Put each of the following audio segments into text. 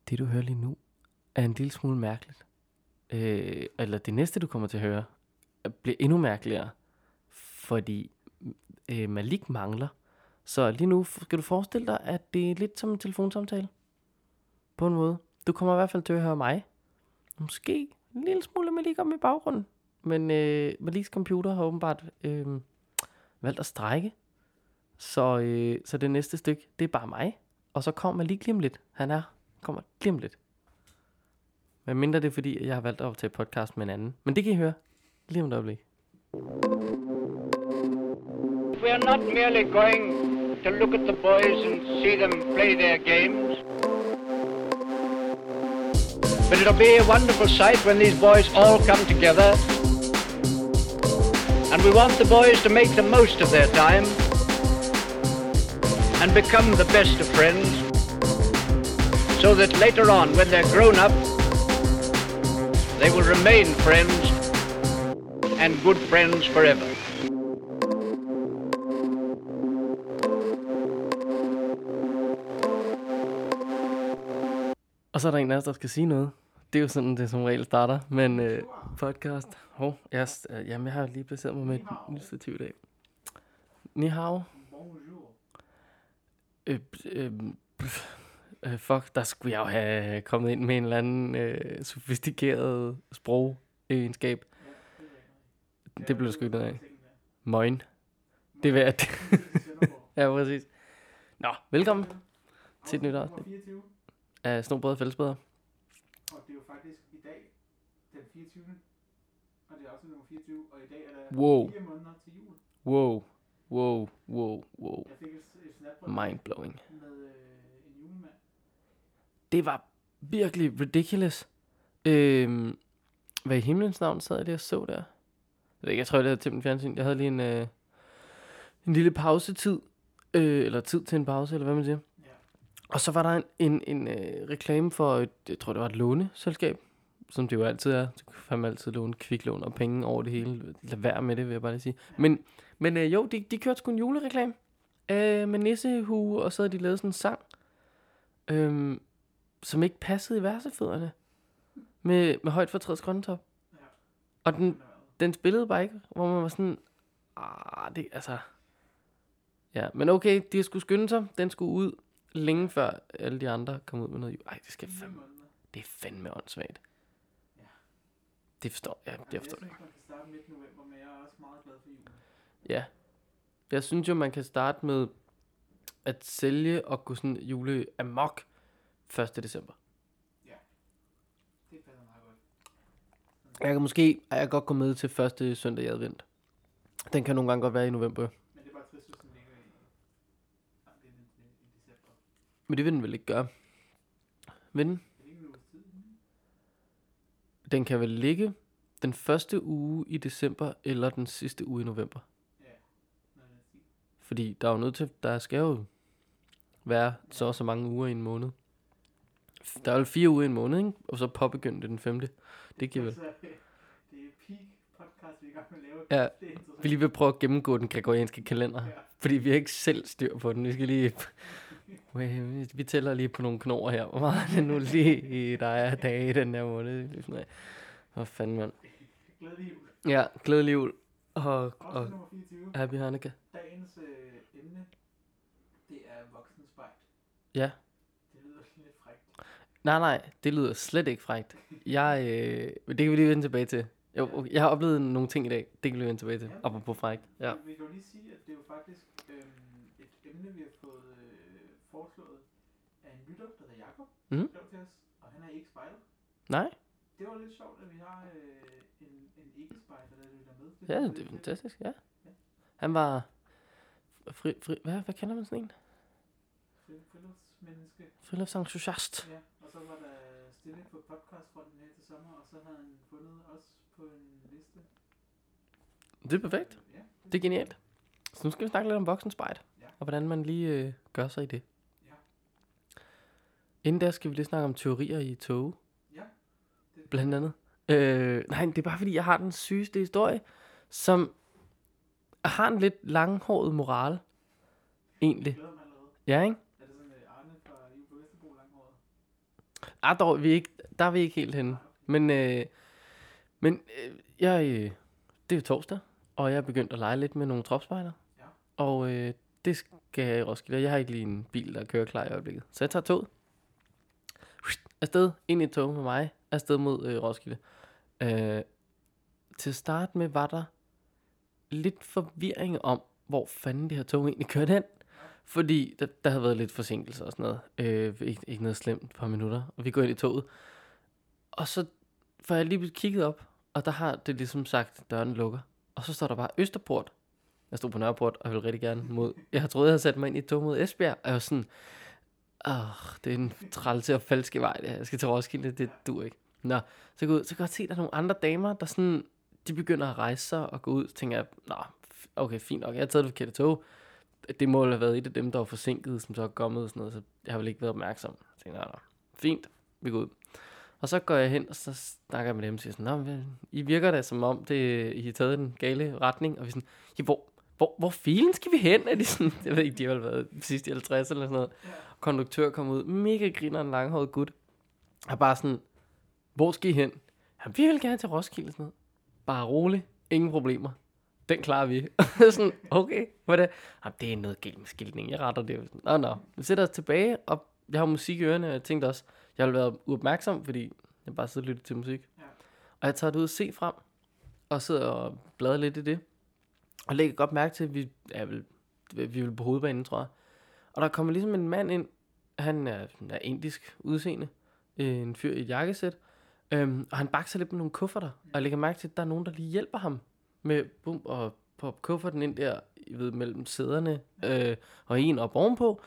Det du hører lige nu er en lille smule mærkeligt. Eller det næste du kommer til at høre bliver endnu mærkeligere. Fordi Malik mangler. Så lige nu skal du forestille dig, at det er lidt som en telefonsamtale. På en måde. Du kommer i hvert fald til at høre mig. Måske en lille smule Malik om i baggrunden. Men Maliks computer har åbenbart valgt at strække. Så det næste stykke, det er bare mig. Og så kommer Malik lige om lidt. Kommer lige om lidt. Men mindre det er fordi, jeg har valgt at optage podcast med en anden. Men det kan I høre lige om et øjeblik. We are not merely going to look at the boys and see them play their games. But it'll be a wonderful sight when these boys all come together. And we want the boys to make the most of their time and become the best of friends, so that later on, when they're grown up, they will remain friends and good friends forever. Og så er der en af os, der skal sige noget. Det er jo sådan, det som regel starter. Men podcast. Jamen, jeg har lige placeret mig med et nyt stativ i dag. Ni hao. Fuck, der skulle jeg jo have kommet ind med en eller anden sofistikeret sprogegenskab. Det blev sgu ikke noget af. Moin. Det er værd. Ja, præcis. Nå, velkommen til et nyt afsnit af Snobrød og Fællesbæder. Og det er jo faktisk i dag, den 24. Og det er også nummer 24, og i dag er der 4 måneder til jul. Wow. Jeg fik et snap på Mindblowing. med en julemand. Det var virkelig ridiculous. Hvad i himlens navn sad jeg der og så der? Jeg tror, det havde til min fjernsyn. Jeg havde lige en lille pausetid. Eller tid til en pause, eller hvad man siger. Ja. Og så var der en reklame for, jeg tror det var et låneselskab, som det jo altid er. Så kan man altid låne kviklån og penge over det hele. Lad være med det, vil jeg bare lige sige. Ja. Men jo, de kørte sgu en julereklame med nissehue, og så havde de lavet sådan en sang, som ikke passede i versefødderne. Med højt fortræds grøntop. Ja. Og den spillede bare ikke, hvor man var sådan, det altså... Ja, men okay, de skulle skynde sig. Den skulle ud længe før alle de andre kom ud med noget. Ej, det er fandme åndssvagt. Ja. Det forstår jeg. Jeg synes, man kan starte midt november, men jeg er også meget glad for julen. Ja. Jeg synes jo, man kan starte med at sælge og gå sådan jule amok 1. december. Ja. Det passer meget godt. Jeg kan godt gå med til første søndag i advent. Den kan nogle gange godt være i november. Men det er bare trist, hvis den ligger i december. Men det vil den vel ikke gøre. Vil den? Det er ikke en uges tid. Den kan vel ligge den første uge i december, eller den sidste uge i november. Ja. Når den er stil. Fordi der er jo nødt til, der skal jo være så mange uger i en måned. Der er jo 4 uger i en måned, ikke? Og så påbegyndte det den 5. Det giver vel. Det er peak podcast, vi er i gang med at lave. Ja, Det er interessant. vi lige vil prøve at gennemgå den gregorianske kalender. Ja. Fordi vi har ikke selv styr på den. Vi skal lige... Vi tæller lige på nogle knor her. Hvor meget er det nu lige, der er dage i den her måned? Hvor fanden, mand. Glædelig jul. Ja, glædelig jul. Og Afsnit nummer 24. Happy Hanukkah. Dagens emne, det er voksenspejl. Ja. Det lyder lidt frækt. Nej, det lyder slet ikke frækt. Det kan vi lige vende tilbage til. Jeg har oplevet nogle ting i dag. Det kan vi lige vende tilbage til. Apropos frækt. Ja. Vi kan jo lige sige, at det er jo faktisk et emne, vi har fået foreslået af en lytter, der hedder Jakob, Mhm. skrev til os, og han er ikke spejder. Nej? Det var lidt sjovt, at vi har en ikke-spejder, der lytter med. Ja, det er fantastisk, ja. Han var... Hvad kalder man sådan en? Friluftsmenneske. Friluftsentusiast. Ja, og så var der stille på podcastfronten her til sommer, og så havde han fundet os på en liste. Det er perfekt. Ja, Det er genialt. Så nu skal vi snakke lidt om voksenspejt. Ja. Og hvordan man lige gør sig i det. Ja. Inden der skal vi lige snakke om teorier i tog. Ja. Blandt andet. Nej, det er bare fordi, jeg har den sygeste historie, som har en lidt langhåret moral. Egentlig. Glæder mig allerede. Ja, ikke? Er det sådan Arne fra Liv på Vesterbro langhåret? dog, der er vi ikke helt henne. Men det er jo torsdag, og jeg er begyndt at lege lidt med nogle tropspejder. Ja. Og det skal jeg i Roskilde. Jeg har ikke lige en bil, der kører klar i øjeblikket. Så jeg tager toget. Afsted, ind i et tog med mig. Afsted mod Roskilde. Til at starte med var der lidt forvirring om, hvor fanden det her tog egentlig kørte hen. Fordi der havde været lidt forsinkelse og sådan noget. Ikke noget slemt, et par minutter. Og vi går ind i toget. Og så får jeg lige kigget op, og der har det ligesom sagt, døren lukker. Og så står der bare Østerport. Jeg stod på Nørreport, og jeg ville rigtig gerne mod... Jeg troede, jeg havde sat mig ind i et tog mod Esbjerg. Og jeg var sådan... det er en træls og falske vej, det her. Jeg skal til Roskilde, det dur ikke. Nå, så kan jeg godt se, at der er nogle andre damer, der sådan... De begynder at rejse sig og gå ud. Så tænker jeg, okay, fint nok. Jeg har taget det forkerte tog. Det må have været et af dem, der var forsinket, som så er kommet og sådan noget. Så jeg har vel ikke været opmærksom. Jeg tænker, fint, vi går ud. Og så går jeg hen, og så snakker jeg med dem og siger sådan, I virker da som om, I har taget den gale retning. Og vi sådan, ja, hvor filen skal vi hen? Er de sådan, jeg ved ikke, de har vel været sidst i 50 eller sådan noget. Ja. Konduktør kom ud, mega griner, en langhåret gut. Og bare sådan, hvor skal I hen? Jamen, vi vil gerne til Roskilde og sådan noget. Bare rolig, ingen problemer. Den klarer vi. Sådan, okay, hvad er det? Jamen, det er noget galt med skiltning, jeg retter det. Nå. Vi sætter os tilbage, og jeg har musik i ørerne, og jeg tænkte også, jeg ville være uopmærksom, fordi jeg bare sidder og lytter til musik. Ja. Og jeg tager det ud og se frem, og sidder og bladrer lidt i det. Og lægger godt mærke til, at vi vil på hovedbanen, tror jeg. Og der kommer ligesom en mand ind, han er indisk udseende, en fyr i et jakkesæt, og han bakser lidt med nogle kufferter, og jeg lægger mærke til, at der er nogen, der lige hjælper ham med og poppe kufferten ind der, mellem sæderne, og en op ovenpå.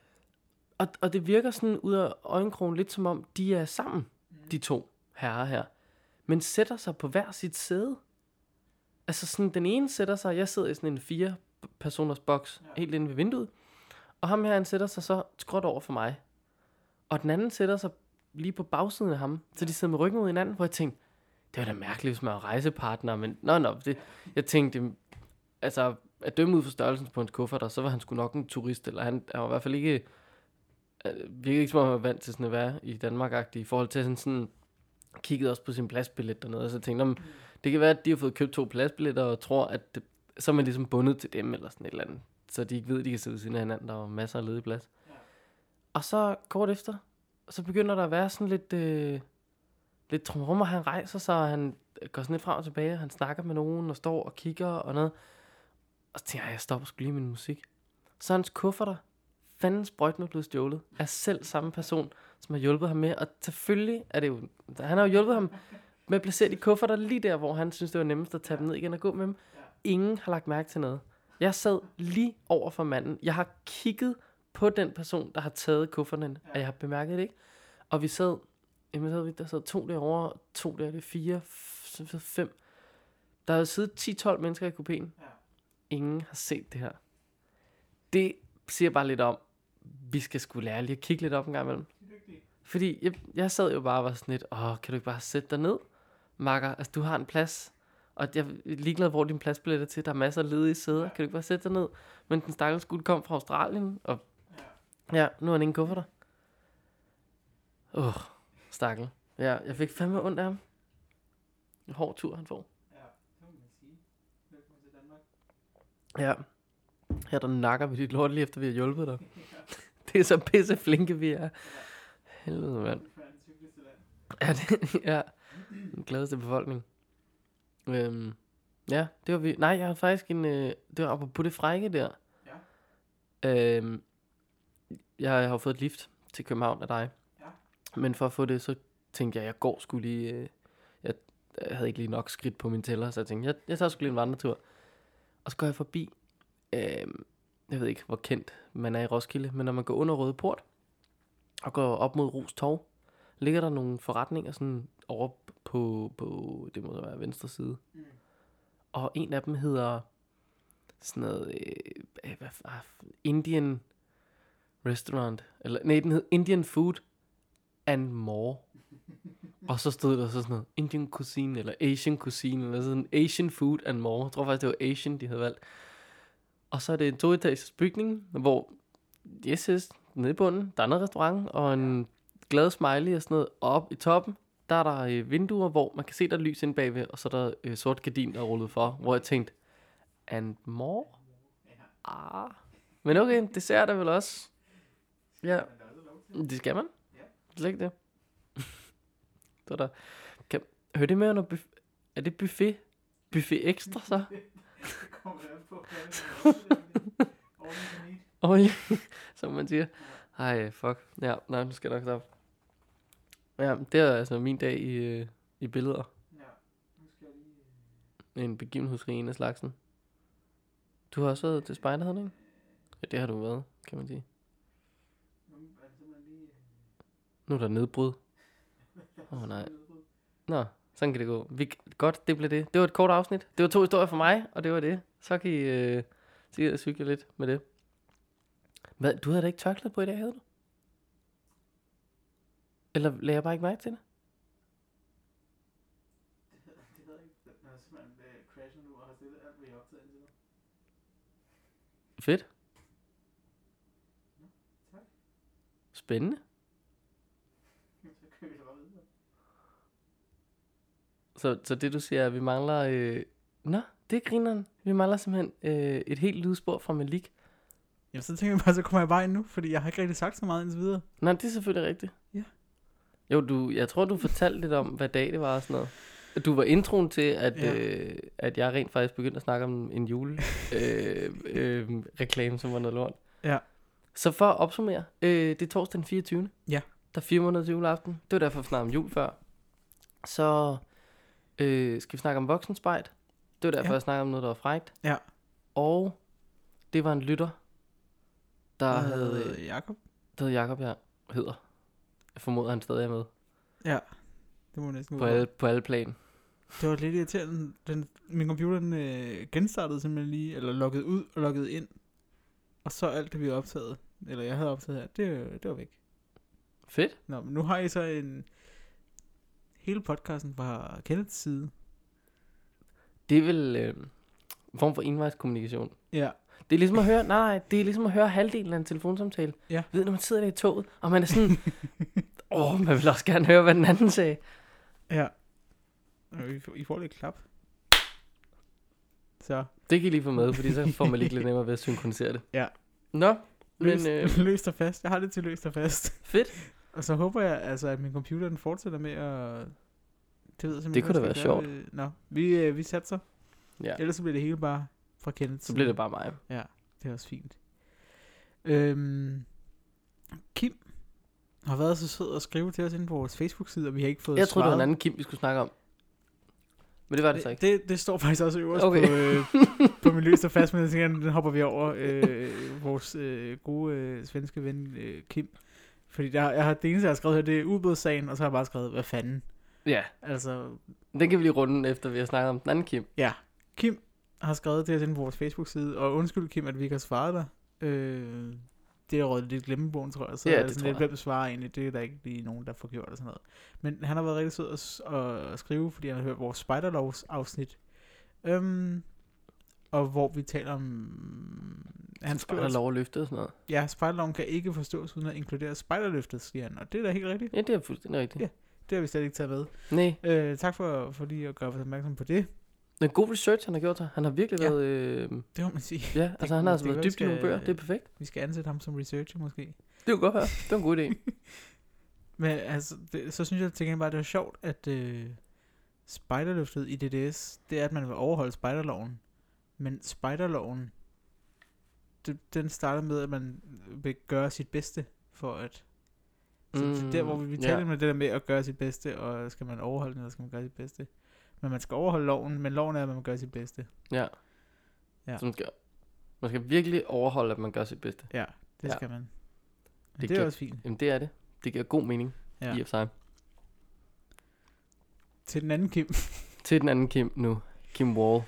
Og det virker sådan ud af øjenkrogen lidt som om, de er sammen, de to herrer her, men sætter sig på hver sit sæde. Altså sådan, den ene sætter sig, jeg sidder i sådan en 4-personers boks, helt inde ved vinduet, og ham her, han sætter sig så skråt over for mig. Og den anden sætter sig lige på bagsiden af ham, så de sidder med ryggen mod hinanden, hvor jeg tænkte, det var da mærkeligt, hvis man var rejsepartner, men jeg tænkte, altså, at dømme ud for størrelsen på hans kuffert, så var han sgu nok en turist, eller han var i hvert fald ikke, virkede ikke som om han var vant til sådan at være i Danmark-agtig, i forhold til at han sådan kiggede også på sin pladsbillet dernede, og så tænkte jeg, det kan være, at de har fået købt 2 pladsbilletter, og tror, at så er man ligesom bundet til dem, eller sådan et eller andet, så de ikke ved, at de kan sidde ved siden af hinanden, der var masser af ledig plads. Ja. Og så kort efter, så begynder der at være sådan lidt trummer, han rejser sig, og han går sådan lidt frem og tilbage, han snakker med nogen, og står og kigger og noget. Og så tænker jeg stopper sgu lige min musik. Så hans kufferter, fanden sprøjt nu blevet stjålet, er selv samme person, som har hjulpet ham med, og selvfølgelig er det jo, han har jo hjulpet ham med at placere de kufferter lige der, hvor han synes, det var nemmest at tage dem ned igen og gå med dem. Ingen har lagt mærke til noget. Jeg sad lige over for manden. Jeg har kigget på den person, der har taget kufferten, og jeg har bemærket det ikke. Og vi sad, der sad 2 derovre, 2 der, det er 4, 5. Der havde siddet 10-12 mennesker i kupéen. Ja. Ingen har set det her. Det siger bare lidt om, vi skal sgu lære lige at kigge lidt op en gang imellem. Fordi jeg sad jo bare og var sådan lidt, kan du ikke bare sætte dig ned, makker? Altså, du har en plads, og jeg er ligeglad, hvor din pladsbillet er til. Der er masser af ledige sæder. Kan du ikke bare sætte dig ned? Men den stakkels gut kom fra Australien, og ja, nu er han ingen kufferter. Stakkel. Ja, jeg fik fandme ondt af ham. En hård tur, han får. Ja, det må man sige. Velkommen til Danmark. Ja. Her der nakker vi dit lort lige efter, vi har hjulpet dig. Det er så pisse flinke, vi er. Helvede, mand. Ja, den gladeste befolkning. Ja, det var vi. Nej, jeg har faktisk det var på det frække der. Ja. Jeg har fået et lift til København af dig. Ja. Men for at få det, så tænkte jeg går skulle lige... Jeg havde ikke lige nok skridt på min tæller, så jeg tænkte, jeg tager sgu lige en vandretur. Og så går jeg forbi... jeg ved ikke, hvor kendt man er i Roskilde, men når man går under Røde Port og går op mod Ros Torv, ligger der nogle forretninger sådan over på det må være venstre side. Mm. Og en af dem hedder sådan noget Indian Restaurant, eller nej, den hed Indian Food and More. Og så stod der så sådan noget Indian Cuisine, eller Asian Cuisine, eller sådan Asian Food and More. Jeg tror faktisk, det var Asian, de havde valgt. Og så er det en 2-etages bygning, hvor, nede i bunden, der er noget restaurant, og en glade smiley og sådan noget. Og op i toppen, der er der vinduer, hvor man kan se, der er lys inde bagved. Og så er der sort gardin, der er rullet for. Hvor jeg tænkte, and more? Men okay, det ser jeg da vel også. Ja, det skal man. Det er slet ikke det. Så der. Hør det med under er det buffet? Buffet ekstra så? Det kommer an på, Oj, som man siger. Ej, fuck. Ja, nej, nu skal jeg nok stoppe. Ja, det er altså min dag i billeder. Ja, nu skal jeg lige... En begivenhedsrig en af slagsen. Du har også været til spejder, havde du ikke? Ja, det har du været, kan man sige. Nu er der nedbrud. Nej. Nå, sådan kan det gå. Godt, det blev det. Det var et kort afsnit. Det var 2 historier for mig, og det var det. Så kan I cykle lidt med det. Hvad, du havde da ikke tørklæde på i dag, havde du? Eller lagde jeg bare ikke mærke til det? Det ved jeg ikke. Jeg har simpelthen crashet nu og har stillet alt, hvad jeg optaget indtil nu. Fedt. Tak. Spændende. Så kan vi da bare videre. Så det du siger er, at vi mangler... Nå, det er grineren. Vi mangler simpelthen et helt lydspor fra Malik. Ja, så tænker jeg bare, så kommer jeg bare ind nu, fordi jeg har ikke rigtig sagt så meget indtil videre. Nej, det er selvfølgelig rigtigt. Ja. Jo, jeg tror, du fortalte lidt om, hvad dag det var og sådan noget. Du var introen til, at jeg rent faktisk begyndte at snakke om en julereklame, som var noget lort. Ja. Så for at opsummere, det er torsdag den 24. Ja. Der er 4 måneder til juleaften. Det var derfor, vi snakkede om jul før. Så skal vi snakke om voksenspejt. Det var derfor, jeg snakkede om noget, der var frækt. Ja. Og det var en lytter, der hed Jakob. Der hed Jakob, ja. Hedder. Jeg formoder, han stadig er med. Ja. Det må næsten på alle plan. Det var lidt irriterende. Min computer genstartede simpelthen lige, eller logget ud og logget ind. Og så alt det, vi havde optaget, eller jeg havde optaget her, det var væk. Fedt. Nå, men nu har I så hele podcasten fra Kenneths side. Det er vel en form for envejskommunikation. Ja. Det er ligesom at høre, det er ligesom at høre halvdelen af en telefonsamtale. Ja. Ved, når man sidder der i toget, og man er sådan, man vil også gerne høre, hvad den anden sagde. Ja. I får lidt klap. Så. Det kan I lige få med, fordi så får man lige lidt nemmere ved at synkronisere det. Ja. Nå, men... Løst og fast. Jeg har det til løst og fast. Fedt. Og så håber jeg, altså, at min computer den fortsætter med at... Det kunne da være sjovt. Nå, vi satser. Ja. Ellers så bliver det hele bare fra Kenneth. Så bliver det bare mig. Ja, det er også fint. Kim har været så sød at skrive til os inde på vores Facebook-side, og vi har ikke fået Jeg troede, det var svaret. en anden Kim, vi skulle snakke om. Men det var det så ikke. Det står faktisk også øverst Okay. på min løst og fast, men jeg tænker, den hopper vi over vores gode svenske ven Kim. Fordi jeg har det eneste, jeg har skrevet her, det er ubådssagen, og så har jeg bare skrevet, hvad fanden. Ja. Altså, Den kan vi lige runde, efter vi har snakket om den anden Kim. ja. Kim har skrevet til os inde på vores Facebook-side, og undskyld Kim, at vi ikke har svaret dig. Det er røget lidt glemmebogen, tror jeg. Så Ja, er det sådan tror lidt, jeg. hvem svarer egentlig, det er der ikke lige nogen, der får gjort og sådan noget. Men han har været rigtig sød at skrive, fordi han har hørt vores Spider-Lovs afsnit. Og hvor vi taler om... Han skriver lov at løfte og sådan noget. Ja, Spider-Loven kan ikke forstås uden at inkludere Spider-løftet, siger han. Og det er da helt rigtigt. Ja, det er fuldstændig rigtigt. Ja. Det har vi slet ikke taget med. Nej. Tak for lige at gøre os opmærksom på det. Det er en god research, han har gjort sig. Han har virkelig været... Det må man sige. Ja, altså han har altså været dybt i nogle bøger. Det er perfekt. Vi skal ansætte ham som researcher måske. Det kunne godt være. Det var en god idé. Men altså, så synes jeg til gengæld bare, det er sjovt, at spejderløftet i DDS, det er, at man vil overholde spejderloven. Men spejderloven, den starter med, at man vil gøre sit bedste for at... Så der, hvor vi taler med det der med at gøre sit bedste, og skal man overholde den, eller skal man gøre sit bedste. Men man skal overholde loven, men loven er, at man må gøre sit bedste. Ja. Så man skal virkelig overholde, at man gør sit bedste. Ja, det skal man. Men det er giver, også fint. Jamen det er det. Det giver god mening i og for sig. Til den anden Kim. Til den anden Kim nu. Kim Wall.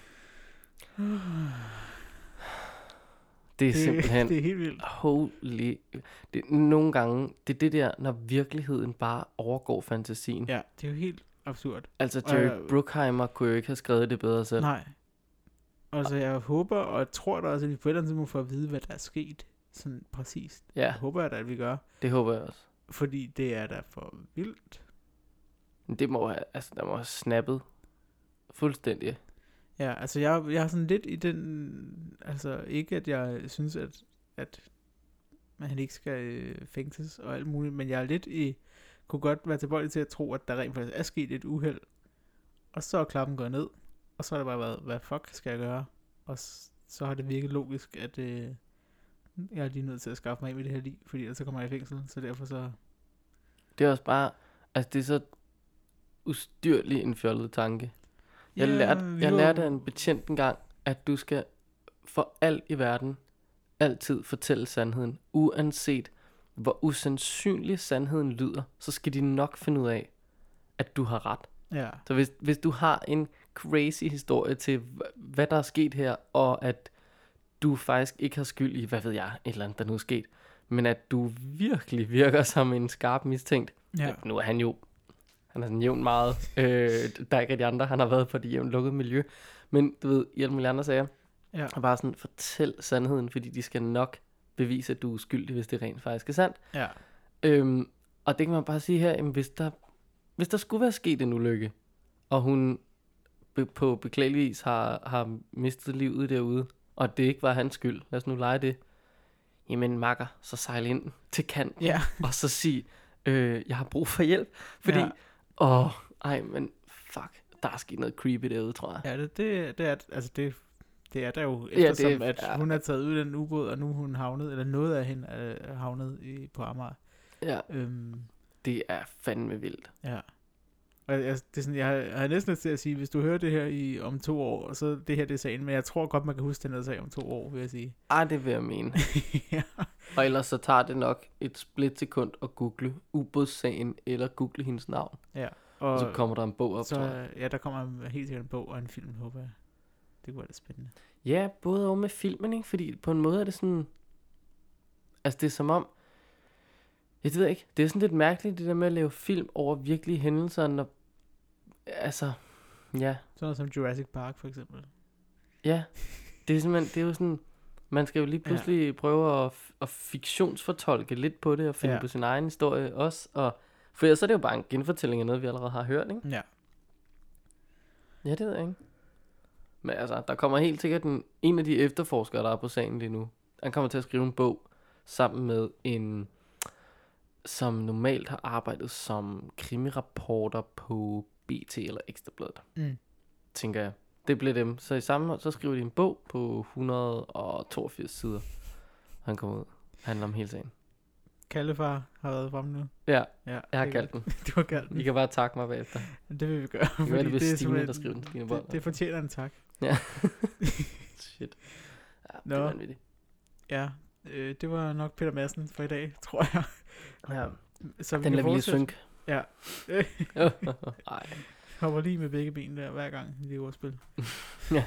Det er simpelthen... Det er helt vildt. Holy... Nogle gange, det er det der, når virkeligheden bare overgår fantasien. Ja, det er jo helt absurd. Altså, Jerry Bruckheimer kunne jo ikke have skrevet det bedre selv. Nej. Altså, jeg håber, og jeg tror da også, at vi på et eller andet tidspunkt får at vide, hvad der er sket. Sådan præcist. Ja. Jeg håber da, at vi gør. Det håber jeg også. Fordi det er da for vildt. Det må have, altså, der må have snappet fuldstændig. Ja, altså jeg er sådan lidt i den, altså ikke at jeg synes, at han ikke skal fængsles og alt muligt, men jeg er lidt kunne godt være tilbøjelig til at tro, at der rent faktisk er sket et uheld, og så er klappen gået ned, og så har det bare været, hvad fuck skal jeg gøre? Og så har det virket logisk, at jeg er lige nødt til at skaffe mig af med det her liv, fordi ellers så kommer jeg i fængsel, så derfor så... Det er også bare, altså det er så ustyrlig en fjollet tanke. Jeg lærte af en betjent engang, at du skal for alt i verden altid fortælle sandheden. Uanset hvor usandsynlig sandheden lyder, så skal de nok finde ud af, at du har ret. Ja. Så hvis du har en crazy historie til, hvad der er sket her, og at du faktisk ikke har skyld i, hvad ved jeg, et eller andet, der nu er sket, men at du virkelig virker som en skarp mistænkt. Ja. Nu er han er sådan jævnt meget. Der er ikke rigtig andre. Han har været på det jævnt lukkede miljø. Men du ved, i alle mulige andre sager. Ja. Og bare sådan, fortæl sandheden, fordi de skal nok bevise, at du er skyldig, hvis det rent faktisk er sandt. Ja. Og det kan man bare sige her, jamen, hvis der skulle være sket en ulykke, og hun på beklagelig vis har mistet livet derude, og det ikke var hans skyld, lad os nu lege det, jamen makker, så sejl ind til kanten, Ja. og så sig, jeg har brug for hjælp, fordi, men fuck, der er sket noget creepy derude, tror jeg. Ja, det er der jo, eftersom at ja. hun er taget ud af den ubåd, og nu er hun havnet, eller noget af hende er havnet på Amager. Ja, det er fandme vildt. Ja. Og det er sådan, jeg har næsten lyst til at sige, hvis du hører det her om 2 år, og så det her det er sagen, men jeg tror godt, man kan huske den her sag om 2 år, vil jeg sige. Det vil jeg mene. Ja. Og ellers så tager det nok et splitsekund at google ubådssagen, eller google hendes navn. Ja. Og så kommer der en bog op, så, tror jeg. Ja, der kommer helt sikkert en bog og en film, håber jeg. Det kunne være lidt spændende. Ja, både og med filmen, ikke? Fordi på en måde er det sådan... Altså det er som om... Jeg ved ikke, det er sådan lidt mærkeligt, det der med at lave film over virkelige hændelser, når... Altså, ja. Sådan noget som Jurassic Park, for eksempel. Ja, det er simpelthen, det er jo sådan... Man skal jo lige pludselig prøve at fiktionsfortolke lidt på det, og finde på sin egen historie også, og... For ellers så er det jo bare en genfortælling af noget, vi allerede har hørt, ikke? Ja. Ja, det ved jeg ikke. Men altså, der kommer helt sikkert en af de efterforskere, der er på sagen lige nu. Han kommer til at skrive en bog sammen med en, som normalt har arbejdet som krimireporter på BT eller Ekstrabladet. Tænker jeg. Det bliver dem. Så i samme så skriver de en bog på 182 sider. Han kommer ud. Handler om hele sagen. Kaldefar har været fremme nu. Ja, Ja, jeg har kaldt den. Du har kaldt den. I kan bare takke mig bagefter. Det vil vi gøre. Det er det er Stine, der skriver den. Stine Bold. det fortjener en tak. Ja. Shit. Ja, det er Nå. vanvittigt. Ja, det var nok Peter Madsen for i dag, tror jeg. Ja. Så Den lader vi lige synke. Ja. Nej. Hopper lige med begge ben der, hver gang i det ordspil. Ja.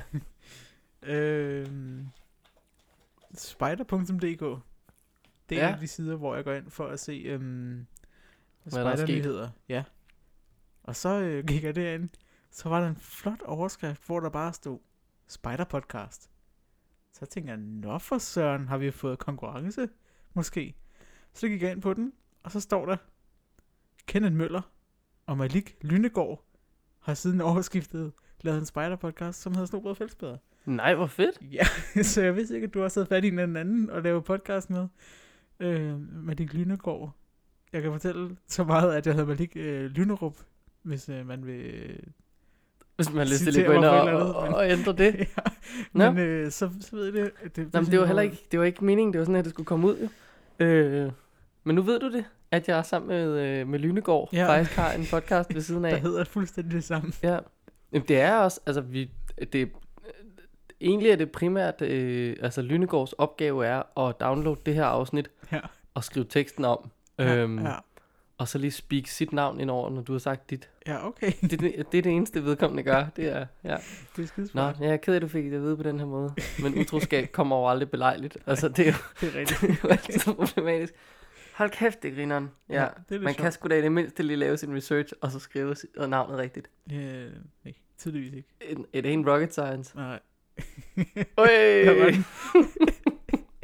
Spider.dk. Det er en af de sider, hvor jeg går ind for at se spider-nyheder. Ja. Og så gik jeg derind. Så var der en flot overskrift, hvor der bare stod Spider-podcast. Så tænkte jeg, nå for søren, har vi fået konkurrence? Måske. Så gik jeg ind på den, og så står der, Kenneth Møller og Malik Lynegård har siden overskiftet lavet en Spider-podcast, som hedder Snobrød Fællesbæder. Nej, hvor fedt. Ja, så jeg vidste ikke, at du har taget fat i en eller anden og lavet podcast med. Malik Lynegård. Jeg kan fortælle så meget, at jeg hedder Malik Lynerup, hvis man vil... Hvis man har lyst til lige at gå ind og ændre det. Ja. Men så ved jeg det. Jamen, det var heller ikke, det var ikke meningen, det var sådan, at det skulle komme ud. Jo. Men nu ved du det, at jeg er sammen med Lynegård faktisk har en podcast ved siden af. Der hedder fuldstændig det samme. Ja. Jamen, det er også, altså egentlig er det primært, altså Lynegårds opgave er at downloade det her afsnit og skrive teksten om. Og så lige speak sit navn ind over, når du har sagt dit. Ja, okay. Det er det eneste vedkommende gør. Det er, ja. Det er skidesmart. Nå, jeg er ked af, at du fik det at vide på den her måde. Men utroskab kommer over aldrig belejligt. Altså, det er jo altid problematisk. Hold kæft, det grineren. Ja, det man kan sgu da i det mindste lige lave sin research, og så skrive navnet rigtigt. Nej, tydeligvis ikke. It ain't rocket science. Nej. Oj!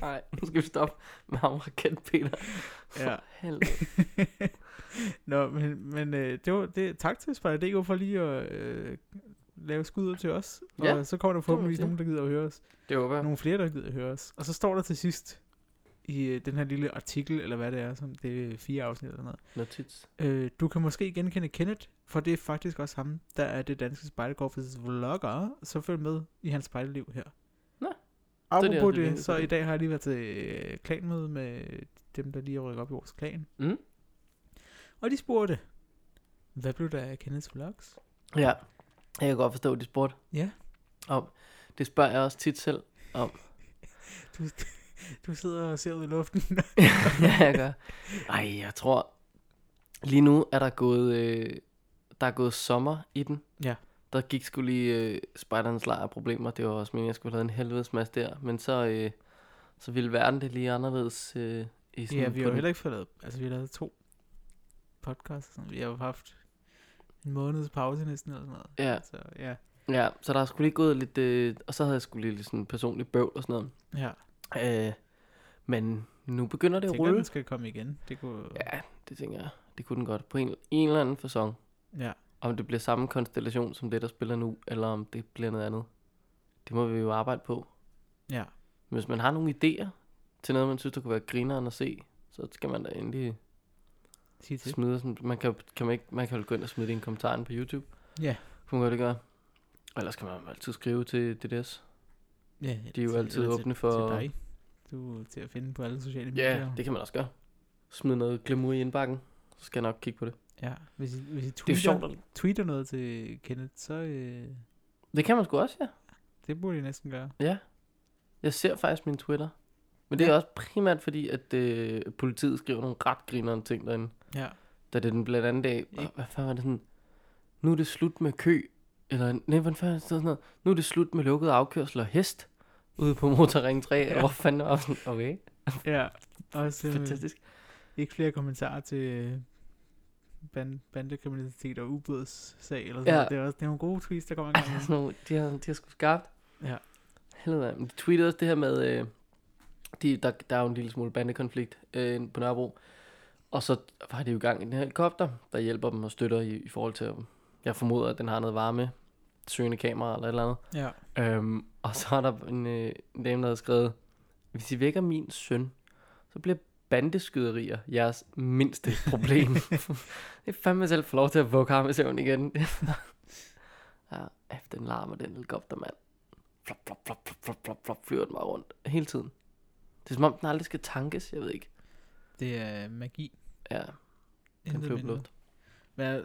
Nej, nu skal vi stoppe med ham raket, Peter. Ja. Helvede. Nå, men det var det. Tak til Spider.dk for lige at lave skuddet til os. Ja, Og så kommer der forhåbentlig det. nogen, der gider at høre os. Det håber jeg. Nogle flere, der gider at høre os. Og så står der til sidst i den her lille artikel, eller hvad det er, som det er 4 afsnit eller noget. Notits. Du kan måske genkende Kenneth, for det er faktisk også ham, der er det danske spejderkorps' vlogger, så følg med i hans spejderliv her. Nå. Apropos det, det, så i dag har jeg lige været til klanmøde med dem, der lige rykker op i vores klan. Mm. Og de spurgte, hvad blev der af Kenneths vlogs? Ja, jeg kan godt forstå, de spurgte Ja. om. Det spørger jeg også tit selv om. Du sidder og ser ud i luften. Ja, jeg gør. Ej, jeg tror, lige nu er der gået sommer i den. Ja. Der gik sgu lige spejdernes lejr problemer. Det var også meningen, jeg skulle have lavet en helvedes masse der. Men så ville verden det lige anderledes i sådan Ja, vi har jo på heller ikke fået lavet, altså vi har lavet 2 podcasts, vi har jo haft en måneds pause næsten eller sådan noget. Ja. Så ja. Ja, så der er sgu lige gået lidt, og så havde jeg sgu lige sådan personligt bøvl og sådan noget. Ja. Men nu begynder det at Tænker, rulle. den skal komme igen. Det kunne... Ja, det tænker jeg. Det kunne den godt. På en eller anden facon. Ja. Om det bliver samme konstellation som det, der spiller nu, eller om det bliver noget andet. Det må vi jo arbejde på. Ja. Men hvis man har nogle idéer til noget, man synes, der kunne være grineren at se, så skal man da endelig Sig til. smide sådan. Man kan jo gå ind og smide det i en kommentar på YouTube. Ja. Kunne man godt det gøre. Ellers kan man altid skrive til DDS. Ja, De er jo altid åbne for... Til dig. Du er til at finde på alle sociale medier. Ja, det kan man også gøre. Smid noget glamour i indbakken, så skal jeg nok kigge på det. Ja, hvis I Det er jo sjovt. tweeter noget til Kenneth, så Det kan man sgu også, ja. det burde I næsten gøre. Ja. Jeg ser faktisk min Twitter. Men det er også primært fordi, at politiet skriver nogle ret grinerende ting derinde. Ja. Da det den blandt andet dag, hvad fanden var det sådan, nu er det slut med kø, eller nej, hvad fanden stod sådan noget, nu er det slut med lukket afkørsel og hest, ude på Motorring 3, ja. Hvor fanden var sådan, okay. Ja, også Fantastisk. ikke flere kommentarer til bandekriminalitet og ubådssag eller sådan Ja. noget. Det er nogle gode tweets, der kommer en gang imellem. Sådan nogle, de har sgu skarpt. Ja. Helvede, men de tweetede også det her med, der er jo en lille smule bandekonflikt på Nørrebro. Og så var det jo i gang i den her helikopter, der hjælper dem og støtter i forhold til, jeg formoder, at den har noget varme, søgende kamera eller et eller andet. Ja. Og så er der en dame, der har skrevet, hvis I vækker min søn, så bliver bandeskyderier jeres mindste problem. Det er fandme selv for lov til at vugge ham i søvn igen. Ja, efter den larmer den helikopter, mand. Flop, flop, flop, flop, flop, flop, flop, flyver den bare rundt hele tiden. Det er som om den aldrig skal tankes, jeg ved ikke. Det er magi. Ja, den Intet flyver på mindre. luft. Men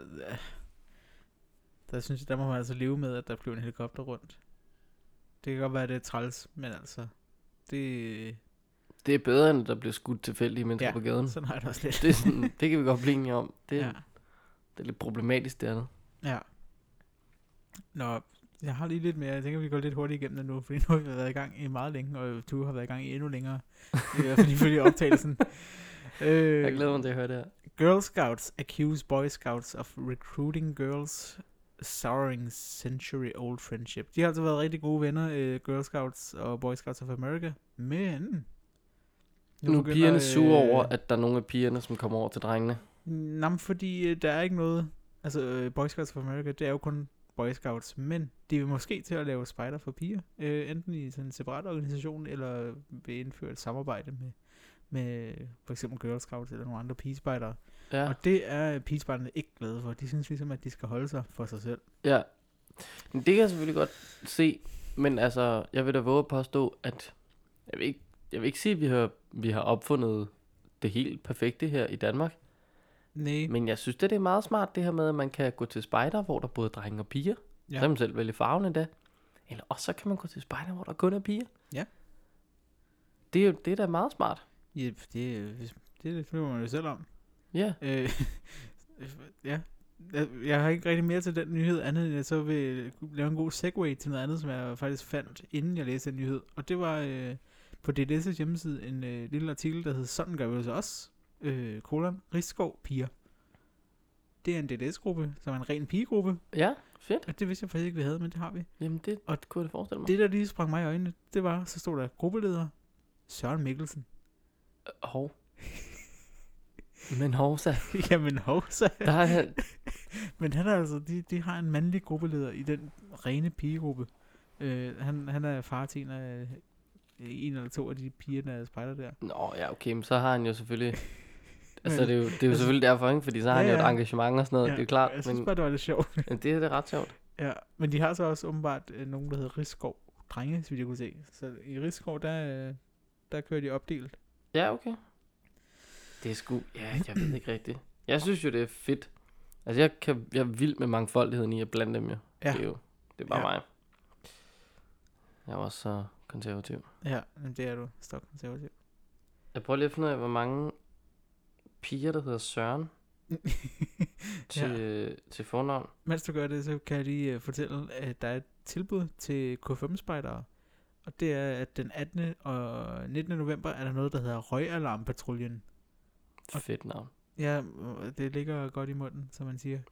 der synes jeg, der må man altså leve med, at der flyver en helikopter rundt. Det kan godt være, at det er træls, men altså, det Det er bedre, end at der bliver skudt tilfældige mennesker på gaden. sådan har jeg det også lidt. Det, er sådan, det kan vi godt blive enige om. Det er lidt problematisk, det andet. Ja. Nå, jeg har lige lidt mere. Jeg tænker, vi går lidt hurtigt igennem det nu, fordi nu har vi været i gang i meget længe, og du har været i gang i endnu længere. I hvert fald ifølge optagelsen. Jeg glæder mig til at høre det her. Girl Scouts accuse Boy Scouts of recruiting girls, souring century-old friendship. De har altså været rigtig gode venner, Girl Scouts og Boy Scouts of America, men... Nu er pigerne sure over, at der er nogle af pigerne, som kommer over til drengene. Nej, fordi der er ikke noget... Altså, Boy Scouts of America, det er jo kun Boy Scouts, men de vil måske til at lave spejder for piger, enten i sådan en separat organisation, eller vil indføre et samarbejde med for eksempel Girl Scouts eller nogle andre pigespejder. Ja. Og det er pigespejderne ikke glade for. De synes ligesom, at de skal holde sig for sig selv. Ja. Men det kan jeg selvfølgelig godt se, men altså, jeg vil da våge at påstå, at jeg vil ikke sige, at vi har opfundet det helt perfekte her i Danmark. Nej. Men jeg synes, det er meget smart, det her med, at man kan gå til spejder, hvor der er både drenge og piger. Ja. Så kan man selv vælge farven endda. Eller også så kan man gå til spejder, hvor der kun er piger. Ja. Det er da meget smart. Ja, det flyver man jo selv om. Ja. Ja. Jeg har ikke rigtig mere til den nyhed, andet end jeg så vil lave en god segue til noget andet, som jeg faktisk fandt, inden jeg læste den nyhed. Og det var på DDS' hjemmeside en lille artikel, der hed Sådan gør vi det så også. Risskov piger. Det er en DDS-gruppe, som er en ren pigegruppe. Ja, fedt. Og det vidste jeg faktisk ikke, vi havde, men det har vi. Jamen, det kunne jeg forestille mig. Det, der lige sprang mig i øjnene, det var, så stod der gruppeleder, Søren Mikkelsen. Hov. Men Hovsa, Jamen hovsa. der er han... Men han er altså, de har en mandlig gruppeleder i den rene pigegruppe. Han er far til en eller to af de piger, der spejder der. Nå, ja, okay, men så har han jo selvfølgelig... Altså, Men- det er jo altså- selvfølgelig derfor, ikke? Fordi så har han Ja, jo et ja. engagement og sådan noget, det er jo klart. Jeg synes Men, bare, det var lidt sjovt. men det er da ret sjovt. Ja, men de har så også åbenbart nogen, der hedder Rigskov Drenge, så vidt jeg kunne se. Så i Rigskov, der kører de opdelt. Ja, okay. Det er sgu... Ja, jeg ved ikke rigtigt. Jeg synes jo, det er fedt. Altså, jeg er vild med mangfoldigheden i at blande dem jo. Ja. Det er bare Ja. mig. Jeg er også så konservativ. Ja, men det er du. Stok konservativ. Jeg prøver lige at finde ud af, hvor mange piger, der hedder Søren til fornavn. Mens du gør det, så kan jeg lige fortælle, at der er et tilbud til K5-spejdere. Og det er, at den 18. og 19. november er der noget, der hedder Røgalarmpatruljen. Fedt navn. Ja, det ligger godt i munden, som man siger.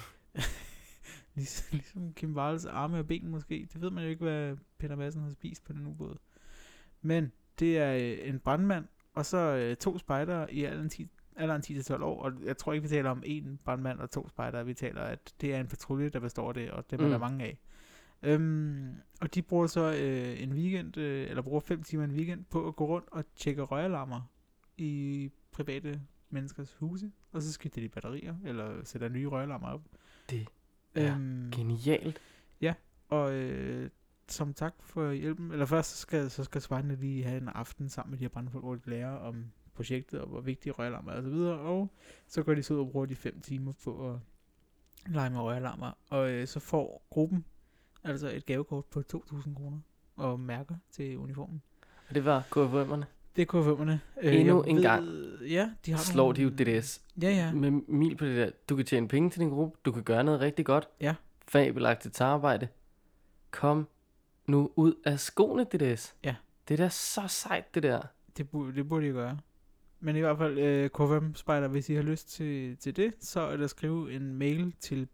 Ligesom Kim Walls arme og ben måske. Det ved man jo ikke, hvad Peter Madsen har spist på den ubåd. Men det er en brandmand, og så 2 spejdere i alderen 10-12 år. Og jeg tror ikke, vi taler om 1 brandmand og 2 spejdere. Vi taler, at det er en patrulje, der består af det, og dem er der mange af. Og de bruger så en weekend, eller bruger 5 timer en weekend på at gå rundt og tjekke røgalarmer i private menneskers huse, og så skifter de batterier, eller sætter nye røgalarmer op. Det er genialt. Og som tak for hjælpen, eller først så skal spejderne lige have en aften sammen med de her brandfolk, hvor de lærer om projektet, og hvor vigtige røgalarmer er, og så videre, og så går de så ud og bruger de 5 timer på at lege med røgalarmer, og så får gruppen altså et gavekort på 2.000 kroner, og mærker til uniformen. Og det var KFM'erne. Det er K5'erne. Endnu en gang Ja, de har slår de jo DDS Ja. med mil på det der. Du kan tjene penge til din gruppe. Du kan gøre noget rigtig godt. Ja. Fabelagtigt arbejde. Kom nu ud af skoene, DDS. Ja. Det er da så sejt, det der. Det burde de gøre. Men i hvert fald, K5 Spejder, hvis I har lyst til det, så er der skrive en mail til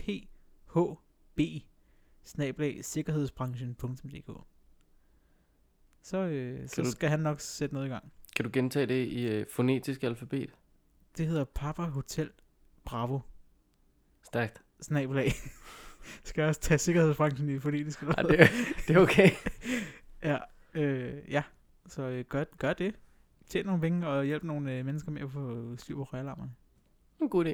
phb@sikkerhedsbranchen.dk. Så skal han nok sætte noget i gang. Kan du gentage det i fonetisk alfabet? Det hedder Papa Hotel Bravo. Stærkt. / Skal jeg også tage sikkerhedsbranchen i fonetisk? Ej, det er okay. Ja. Så gør det. Tjen nogle penge og hjælp nogle mennesker med at få styr på røgalarmerne. En god idé.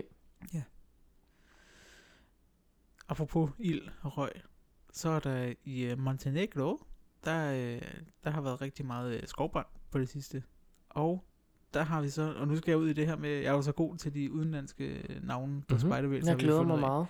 Apropos ild og røg, så er der i Montenegro, der har været rigtig meget skovbrand på det sidste. Og der har vi så, og nu skal jeg ud i det her med, jeg er jo så god til de udenlandske navne på spejderbevægelser. Jeg glæder mig meget.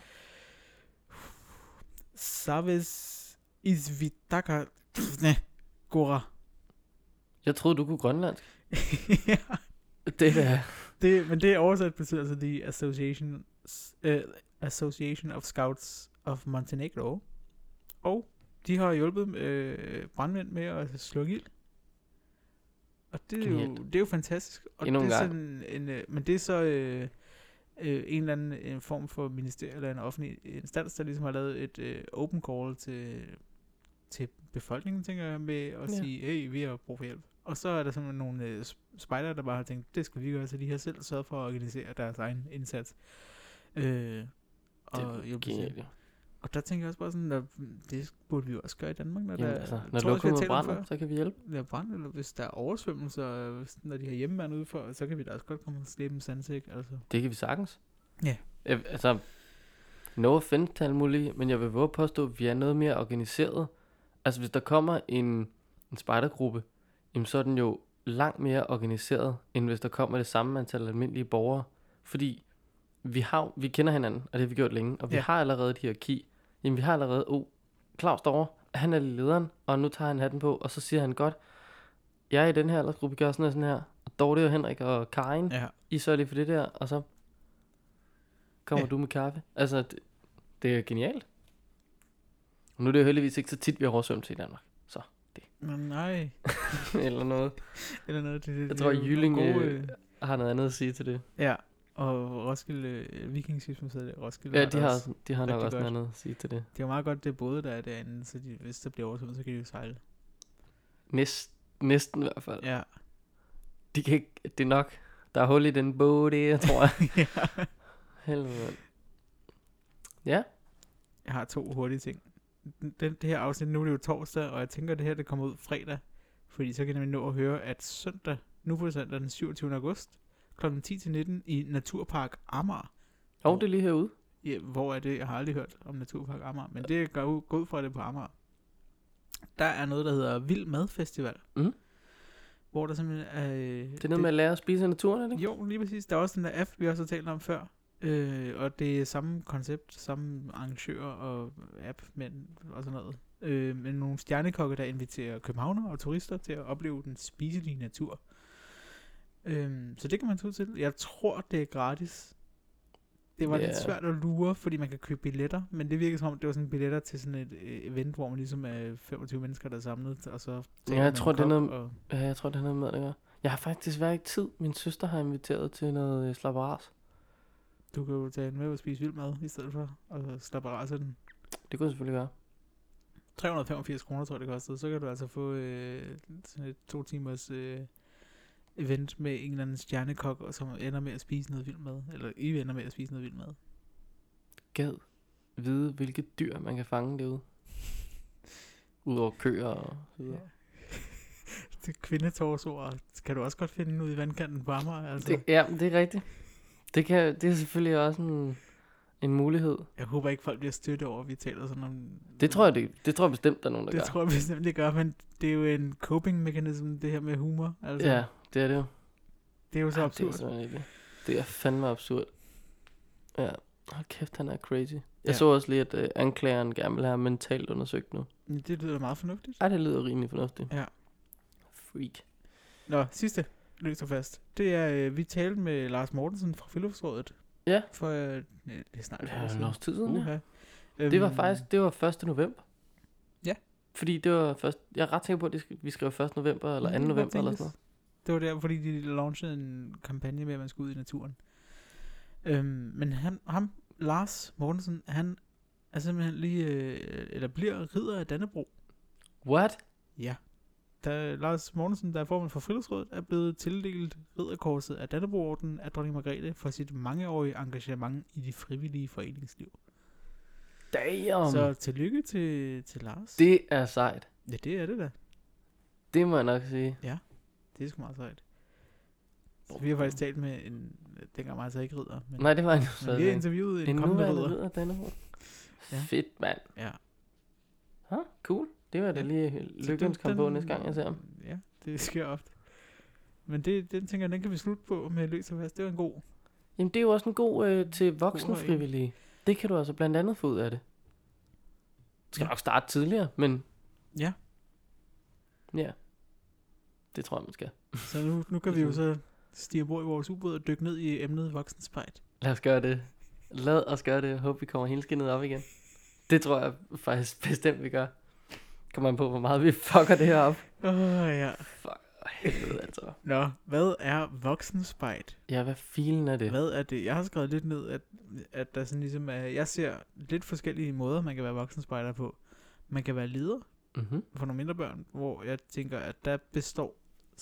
Savez Izvitaka Gora. Jeg troede, du kunne grønlandsk. Ja. Det der. Men det oversat betyder altså The Association of Scouts of Montenegro. Og de har hjulpet brandmænd med at slukke ild. Og det er jo fantastisk. Og Endnu en det er gang. sådan men det er så en eller anden en form for ministerie eller en offentlig instans, der ligesom har lavet et open call til befolkningen, tænker jeg, med at sige, hey, vi har brug for hjælp. Og så er der sådan nogle spejdere, der bare har tænkt, det skal vi gøre, så de har selv sørget for at organisere deres egen indsats. Og Det er hjælpe til. genialt. Og der tænker jeg også bare sådan, at det burde vi jo også gøre i Danmark, når Jamen, der altså, jeg når tror også, vi har lokummet talt om brænder, før. så kan vi hjælpe. Ja, brand, eller hvis der er oversvømmelser, når de har hjemmeværn ude for, så kan vi da også godt komme og slæbe en sandsæk, altså. Det kan vi sagtens. Ja. Altså, no offense til alle mulige, men jeg vil våge påstå, at vi er noget mere organiseret. Altså, hvis der kommer en spejdergruppe, jamen, så er den jo langt mere organiseret, end hvis der kommer det samme antal almindelige borgere. Fordi vi kender hinanden, og det har vi gjort længe, og vi har allerede et hierarki. Jamen, vi har allerede, Claus derovre, han er lederen, og nu tager han hatten på, og så siger han godt, jeg er i den her aldersgruppe, gør sådan og sådan her, og Dorte og Henrik og Karin, I sørger lige for det der, og så kommer du med kaffe. Altså, det er genialt. Og nu er det jo heldigvis ikke så tit, vi har oversvømmelse i Danmark. Så det. Men nej. Eller noget. Eller noget. Jeg tror, Jylling har noget andet at sige til det. Ja, og Roskilde, Vikingskibsmuseet Roskilde. Ja, de har nok også noget andet at sige til det. Det er jo meget godt, det både der er derinde, så hvis der bliver oversvømmet, så kan de jo sejle. næsten i hvert fald. Ja. De kan ikke, det er nok. Der er hul i den bog, det tror jeg. Ja. Helvede. Ja. Jeg har 2 hurtige ting. Det her afsnit, nu er det jo torsdag, og jeg tænker, at det her det kommer ud fredag. Fordi så kan jeg nå at høre, at søndag, nu på søndag den 27. august, kl. 10-19 i Naturpark Amager. Det er lige herude. Ja, hvor er det? Jeg har aldrig hørt om Naturpark Amager, men det går ud fra det på Amager. Der er noget, der hedder Vild Mad Festival. Mhm. Hvor der simpelthen er... Det er noget med at lære at spise i naturen, er det ikke? Jo, lige præcis. Der er også den der app, vi også har talt om før. Og det er samme koncept, samme arrangør og app, men og sådan noget. Men nogle stjernekokke, der inviterer københavnere og turister til at opleve den spiselige natur. Så det kan man tage til. Jeg tror, det er gratis. Det var lidt svært at lure, fordi man kan købe billetter, men det virker som om, det var sådan billetter til sådan et event, hvor man ligesom er 25 mennesker, der er samlet, og så... Jeg tror, det er noget med, det gør. Jeg har faktisk desværre ikke tid. Min søster har inviteret til noget slapperas. Du kan jo tage med og spise vild mad, i stedet for at slapperas af den. Det kunne jeg selvfølgelig gøre. 385 kroner, tror jeg, det kostede. Så kan du altså få sådan et 2 timers event med en eller anden stjernekok, som ender med at spise noget vild mad. Eller I ender med at spise noget vild mad. Gad vide, hvilke dyr man kan fange derude. Udover køer og så videre. Det kvindetorsoer kan du også godt finde ud i vandkanten på Amager. Altså. Det er rigtigt. Det er selvfølgelig også en mulighed. Jeg håber ikke, folk bliver støtte over, at vi taler sådan om... Det tror jeg bestemt, der er nogen, der gør. Det tror jeg bestemt, det gør, men det er jo en coping-mekanisme, det her med humor. Altså. Ja, det er det jo. Det er jo så absurd. Det er fandme absurd. Ja, hold kæft, han er crazy. Jeg så også lige, at anklageren gerne vil have mentalt undersøgt nu. Det lyder meget fornuftigt. Ej, det lyder rimelig fornuftigt. Ja. Freak. Nå, sidste løser fast. Det er, vi talte med Lars Mortensen fra Friluftsrådet. Ja. For, det er snart en års tid siden, ja. Det var 1. november. Ja. Fordi det var først, jeg er ret sikker på, at vi skrev 1. november, eller 2. november, eller sådan noget. Det var der, fordi de launchede en kampagne med, at man skulle ud i naturen. Men Lars Mortensen, han er simpelthen eller bliver ridder af Dannebrog. What? Ja. Da Lars Mortensen, der er formand for Friluftsrådet, er blevet tildelt ridderkorset af Dannebrog-ordenen af dronning Margrethe for sit mangeårige engagement i det frivillige foreningsliv. Damn! Så tillykke til Lars. Det er sejt. Ja, det er det da. Det må jeg nok sige. Ja, det er sgu meget sejt. Så vi har faktisk talt med dengang var altså ikke ridder. Nej, det var en men vi har interviewet en kommende ridder. Ja. Fedt, mand. Ja. Cool. Det var da lige lykkens kom på næste gang, jeg ser ham. Ja, det sker ofte. Men den tænker jeg, den kan vi slutte på med løs og fast. Det var en god. Jamen, det er jo også en god til voksenfrivillige. Det kan du altså blandt andet få ud af det. Du skal nok starte tidligere, men... Ja. Ja. Det tror jeg, man skal. Så nu kan vi jo så stige ombord i vores ubåd og dykke ned i emnet voksenspejt. Lad os gøre det. Lad os gøre det. Jeg håber, vi kommer helskindet op igen. Det tror jeg faktisk bestemt, vi gør. Kommer man på, hvor meget vi fucker det her op. Ja. Fuck, helvede altså. Nå, hvad er voksenspejt? Ja, hvad filen er det? Hvad er det? Jeg har skrevet lidt ned, at der sådan ligesom er... Jeg ser lidt forskellige måder, man kan være voksenspejder på. Man kan være leder for nogle mindre børn, hvor jeg tænker, at der består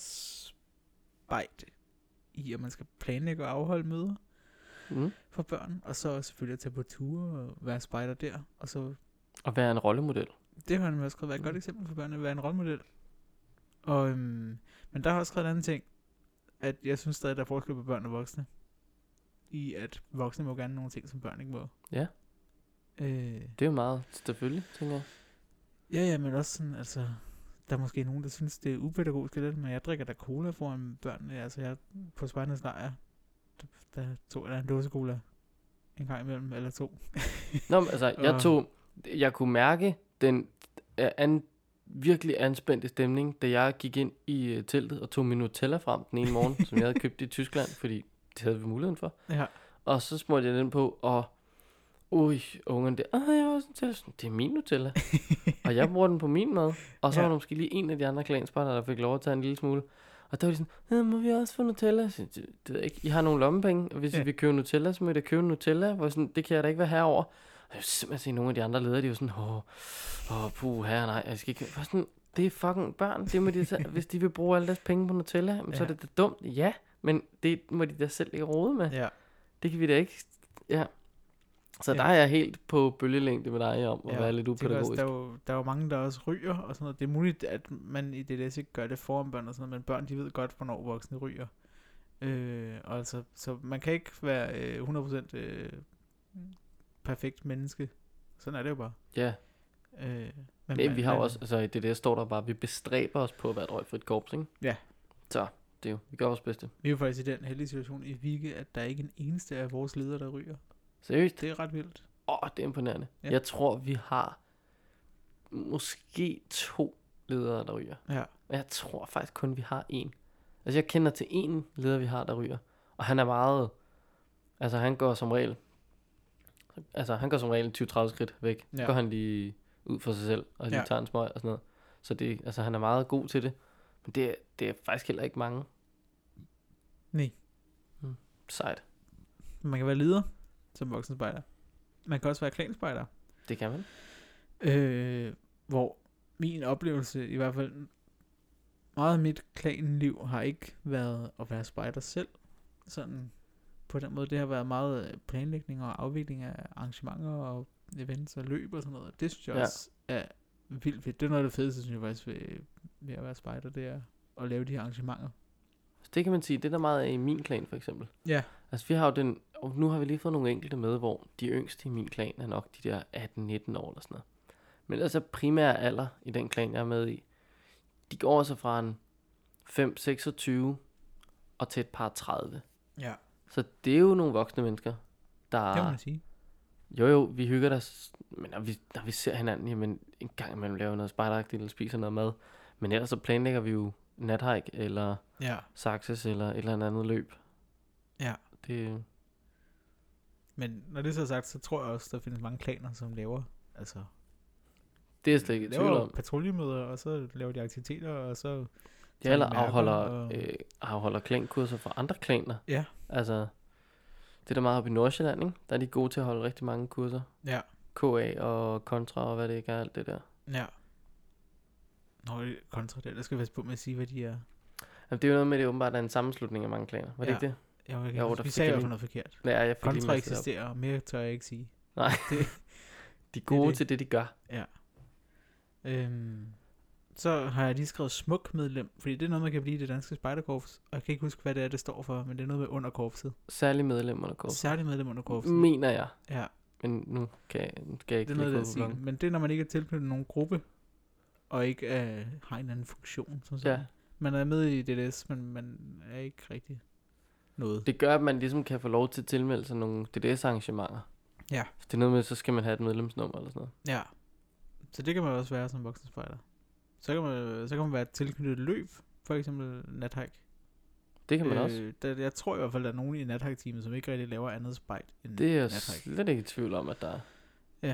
spejt i, at man skal planlægge og afholde møder for børn, og så selvfølgelig at tage på ture og være spejder der, og så... Og være en rollemodel. Det har han også skrevet være et godt eksempel for børn, at være en rollemodel. Og, men der har også skrevet en anden ting, at jeg synes stadig, der er forskel på børn og voksne. I at voksne må gerne nogle ting, som børn ikke må. Ja. Det er jo meget selvfølgelig, tænker jeg. Ja, men også sådan, altså... Der er måske nogen, der synes, det er upædagogisk lidt, men jeg drikker da cola foran børn. Altså, jeg på spejdernes lejr, der tog jeg en dåse cola en gang imellem, eller 2. Nå, men altså, jeg kunne mærke den virkelig anspændte stemning, da jeg gik ind i teltet og tog min Nutella frem den ene morgen, som jeg havde købt i Tyskland, fordi det havde vi muligheden for. Ja. Og så smurte jeg den på, og ungen der, jeg var sådan, det er min Nutella. Og jeg bruger den på min mad. Og så var der måske lige en af de andre klansparter, der fik lov at tage en lille smule. Og der var de sådan, må vi også få Nutella? Så, det ved jeg ikke. I har nogle lommepenge, og hvis vi køber Nutella, så må I da købe Nutella. Hvor sådan, det kan jeg da ikke være herover. Og jeg vil simpelthen se nogle af de andre ledere, de er jo sådan, puha, nej, jeg skal ikke. Sådan, Det er fucking børn. Det må de selv, hvis de vil bruge alle deres penge på Nutella, så Ja. er det da dumt. Ja, men det må de da selv ikke rode med. Ja. Det kan vi da ikke. Ja. Så Ja. der er jeg helt på bølgelængde med dig om at Ja, være lidt det er også, upædagogisk. der er jo mange, der også ryger og sådan noget. Det er muligt, at man i DDS ikke gør det foran børn og sådan noget, men børn, de ved godt, hvornår voksne ryger. Og altså, så man kan ikke være 100% perfekt menneske. Sådan er det jo bare. Ja, Men vi har jo også, altså i det der står der bare, at vi bestræber os på at være et røgfrit korps, ikke? Ja. Så, det er jo, vi gør vores bedste. Vi er jo faktisk i den heldige situation i Vigge, at der er ikke en eneste af vores ledere, der ryger. Seriøst? Det er ret vildt. Det er imponerende. Ja. Jeg tror, vi har måske 2 ledere, der ryger. Ja. Og jeg tror faktisk kun, vi har 1. Altså, jeg kender til 1 leder, vi har, der ryger. Og han er meget... Altså, han går som regel 20-30 skridt væk. Så Ja. går han lige ud for sig selv, og lige Ja. tager en smøg og sådan noget. Så det, altså, han er meget god til det. Men det er faktisk heller ikke mange. Nej. Sejt. Man kan være leder som voksenspejder. Man kan også være klanspejder. Det kan man. Hvor min oplevelse, i hvert fald meget af mit klanliv, har ikke været at være spejder selv. Sådan på den måde. Det har været meget planlægning og afvikling af arrangementer og events og løb og sådan noget. Det synes jeg også er vildt fedt. Det er noget af det fedeste, synes jeg faktisk ved at være spejder, det er at lave de her arrangementer. Så det kan man sige, det er der meget af i min klan for eksempel. Ja. Altså vi har jo den, og nu har vi lige fået nogle enkelte med, hvor de yngste i min klan er nok de der 18-19 år eller sådan noget. Men altså primære alder i den klan, jeg er med i, de går så fra en 5-26 og til et par 30. Ja. Så det er jo nogle voksne mennesker, der... Det må man sige. Jo, vi hygger der, men når vi ser hinanden, jamen en gang imellem laver noget spejderagtigt eller spiser noget mad. Men ellers så planlægger vi jo nathike eller Ja. Saxes eller et eller andet løb. Ja. Det, Men når det så er sagt, så tror jeg også, der findes mange klaner, som laver, altså, det er jeg slet ikke i tvivl om. patruljemøder, og så laver de aktiviteter, og så Ja, tager eller de mærker, afholder klankurser for andre klaner. Ja. Altså, det er der meget oppe i Nordsjælland, ikke? Der er de gode til at holde rigtig mange kurser. Ja. KA og kontra og hvad det ikke er, alt det der. Ja. Nå, kontra det, der skal vi passe på med at sige, hvad de er. Jamen, det er jo noget med, det åbenbart er en sammenslutning af mange klaner. Var det Ja. ikke det? Jo, der vi fik sagde i jeg hvert fald lige- noget forkert. Ja, jeg fik lige Kontra messet det op. eksisterer, og mere tør jeg ikke sige. Nej, Det- de er gode det. til det, de gør. Så har jeg lige skrevet smuk medlem, fordi det er noget, man kan blive i det danske spejderkorps, og jeg kan ikke huske, hvad det er, det står for, men det er noget med underkorpset. Særlige medlemmer, der går. Særligt medlem under korpset. Mener jeg. Ja, Men nu skal jeg ikke det er noget, der på siger. klokken. Men det er, når man ikke er tilknyttet nogen gruppe, og ikke har en anden funktion. Som sådan. Ja. Man er med i DDS, men man er ikke rigtig noget. Det gør, at man ligesom kan få lov til at tilmelde sig nogle DDS-arrangementer. Ja. Hvis det er noget med, så skal man have et medlemsnummer eller sådan noget. Ja. Så det kan man også være som voksenspejder. Så kan man være tilknyttet løb, for eksempel nathike. Det kan man også. Jeg tror i hvert fald, der er nogen i nathike-teamet, som ikke rigtig laver andet spejt end Det er jeg nathike. slet ikke i tvivl om, at der er.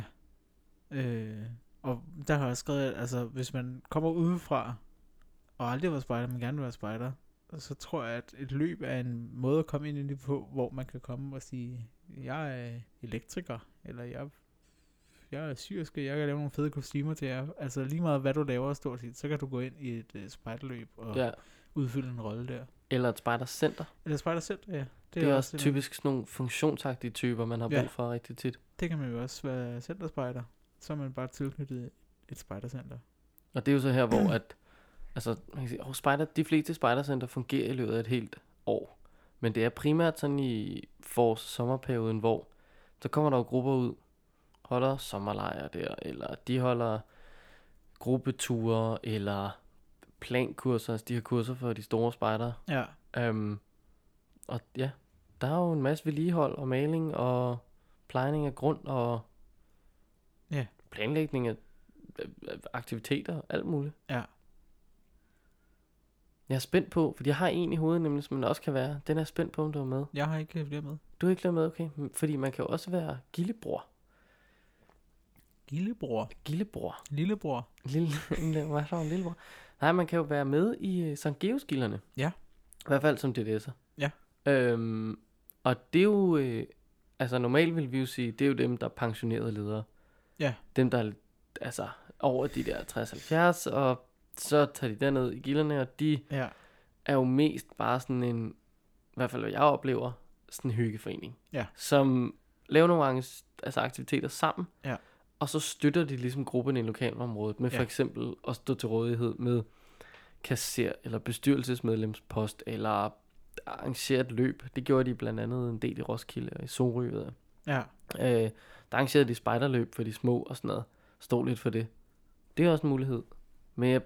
Og der har jeg skrevet, at altså, hvis man kommer udefra, og aldrig har været spejder, men gerne vil være spejder, så tror jeg, at et løb er en måde at komme ind i det på, hvor man kan komme og sige, jeg er elektriker, eller jeg er syrske, jeg kan lave nogle fede kostymer til jer. Altså lige meget hvad du laver stort set, så kan du gå ind i et spejderløb og Ja. udfylde en rolle der. Eller et spejdercenter. Eller spejder selv, ja. Det er også det, typisk sådan nogle funktionsagtige typer, man har brug Ja. for rigtig tit. Det kan man jo også være centerspejder. Så er man bare tilknyttet et spejdercenter. Og det er jo så her, hvor at, altså, man kan sige, de fleste spejdercenter fungerer i løbet af et helt år. Men det er primært sådan i sommerperioden, hvor så kommer der jo grupper ud, holder sommerlejre der, eller de holder gruppeture, eller plankurser, altså de her kurser for de store spejdere. Ja. Og ja, der er jo en masse vedligehold og maling og plejning af grund og Ja. planlægning af aktiviteter, alt muligt. Ja. Jeg er spændt på, fordi jeg har en i hovedet nemlig, som man også kan være. Den er jeg spændt på, om du er med. Jeg har ikke flere med. Du er ikke med, okay? Fordi man kan jo også være gillebror. Lillebror. Gillebror. Lillebror. Hvad så en lillebror? Nej, man kan jo være med i Sankt Georgsgilderne. Ja. I hvert fald som DDS'er. Ja. Og det er jo, altså normalt vil vi jo sige, det er jo dem, der er pensionerede ledere. Ja. Dem, der er altså over de der 60-70, og så tager de derned i gilderne, og de Ja. er jo mest bare sådan en, i hvert fald hvad jeg oplever, sådan en hyggeforening. Ja. Som laver nogle altså aktiviteter sammen, Ja. og så støtter de ligesom gruppen i lokalområdet med for eksempel at stå til rådighed med kasser eller bestyrelsesmedlemspost eller arrangere et løb. Det gjorde de blandt andet en del i Roskilde og i Sorø, ved jeg. Ja. Der arrangerede de spejderløb for de små og sådan noget. Stod lidt for det. Det er også en mulighed. Men